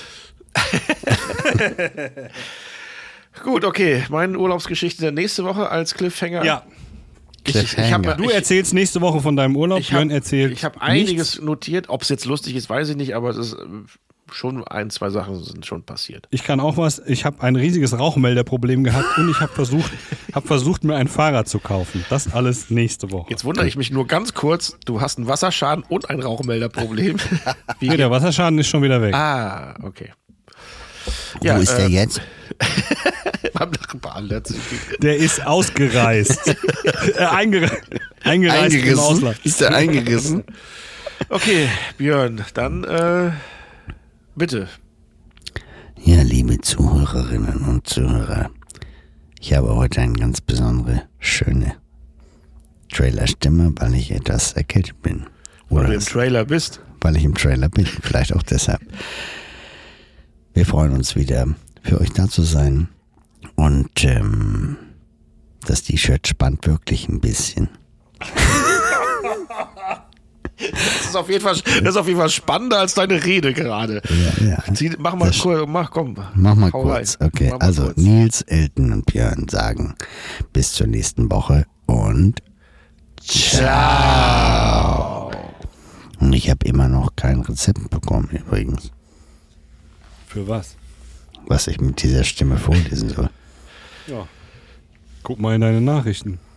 Gut, okay. Meine Urlaubsgeschichte nächste Woche als Cliffhanger. Ja. Cliffhanger. Du erzählst nächste Woche von deinem Urlaub. Björn erzählt. Ich habe einiges notiert. Ob es jetzt lustig ist, weiß ich nicht, aber es ist schon ein, zwei Sachen sind schon passiert. Ich kann auch was. Ich habe ein riesiges Rauchmelderproblem gehabt und ich habe versucht, mir ein Fahrrad zu kaufen. Das alles nächste Woche. Jetzt wundere ich mich nur ganz kurz, du hast einen Wasserschaden und ein Rauchmelderproblem. Nee, der Wasserschaden ist schon wieder weg. Ah, okay. Wo ist der jetzt? Beim Nachbarn. Der ist ausgereist. Eingereist im Ausland. Ist der eingerissen? Okay, Björn, dann bitte. Ja, liebe Zuhörerinnen und Zuhörer, ich habe heute eine ganz besondere, schöne Trailerstimme, weil ich etwas erkältet bin. Weil du im Trailer bist. Weil ich im Trailer bin, vielleicht auch deshalb. Wir freuen uns wieder, für euch da zu sein. Und das T-Shirt spannt wirklich ein bisschen. Das ist auf jeden Fall spannender als deine Rede gerade. Ja. Mach mal kurz, Mach mal hau kurz, rein. okay. Mach mal Also kurz. Nils, Elton und Björn sagen bis zur nächsten Woche und ciao. Und ich habe immer noch kein Rezept bekommen übrigens, Für was? was ich mit dieser Stimme vorlesen soll. Ja. Guck mal in deine Nachrichten.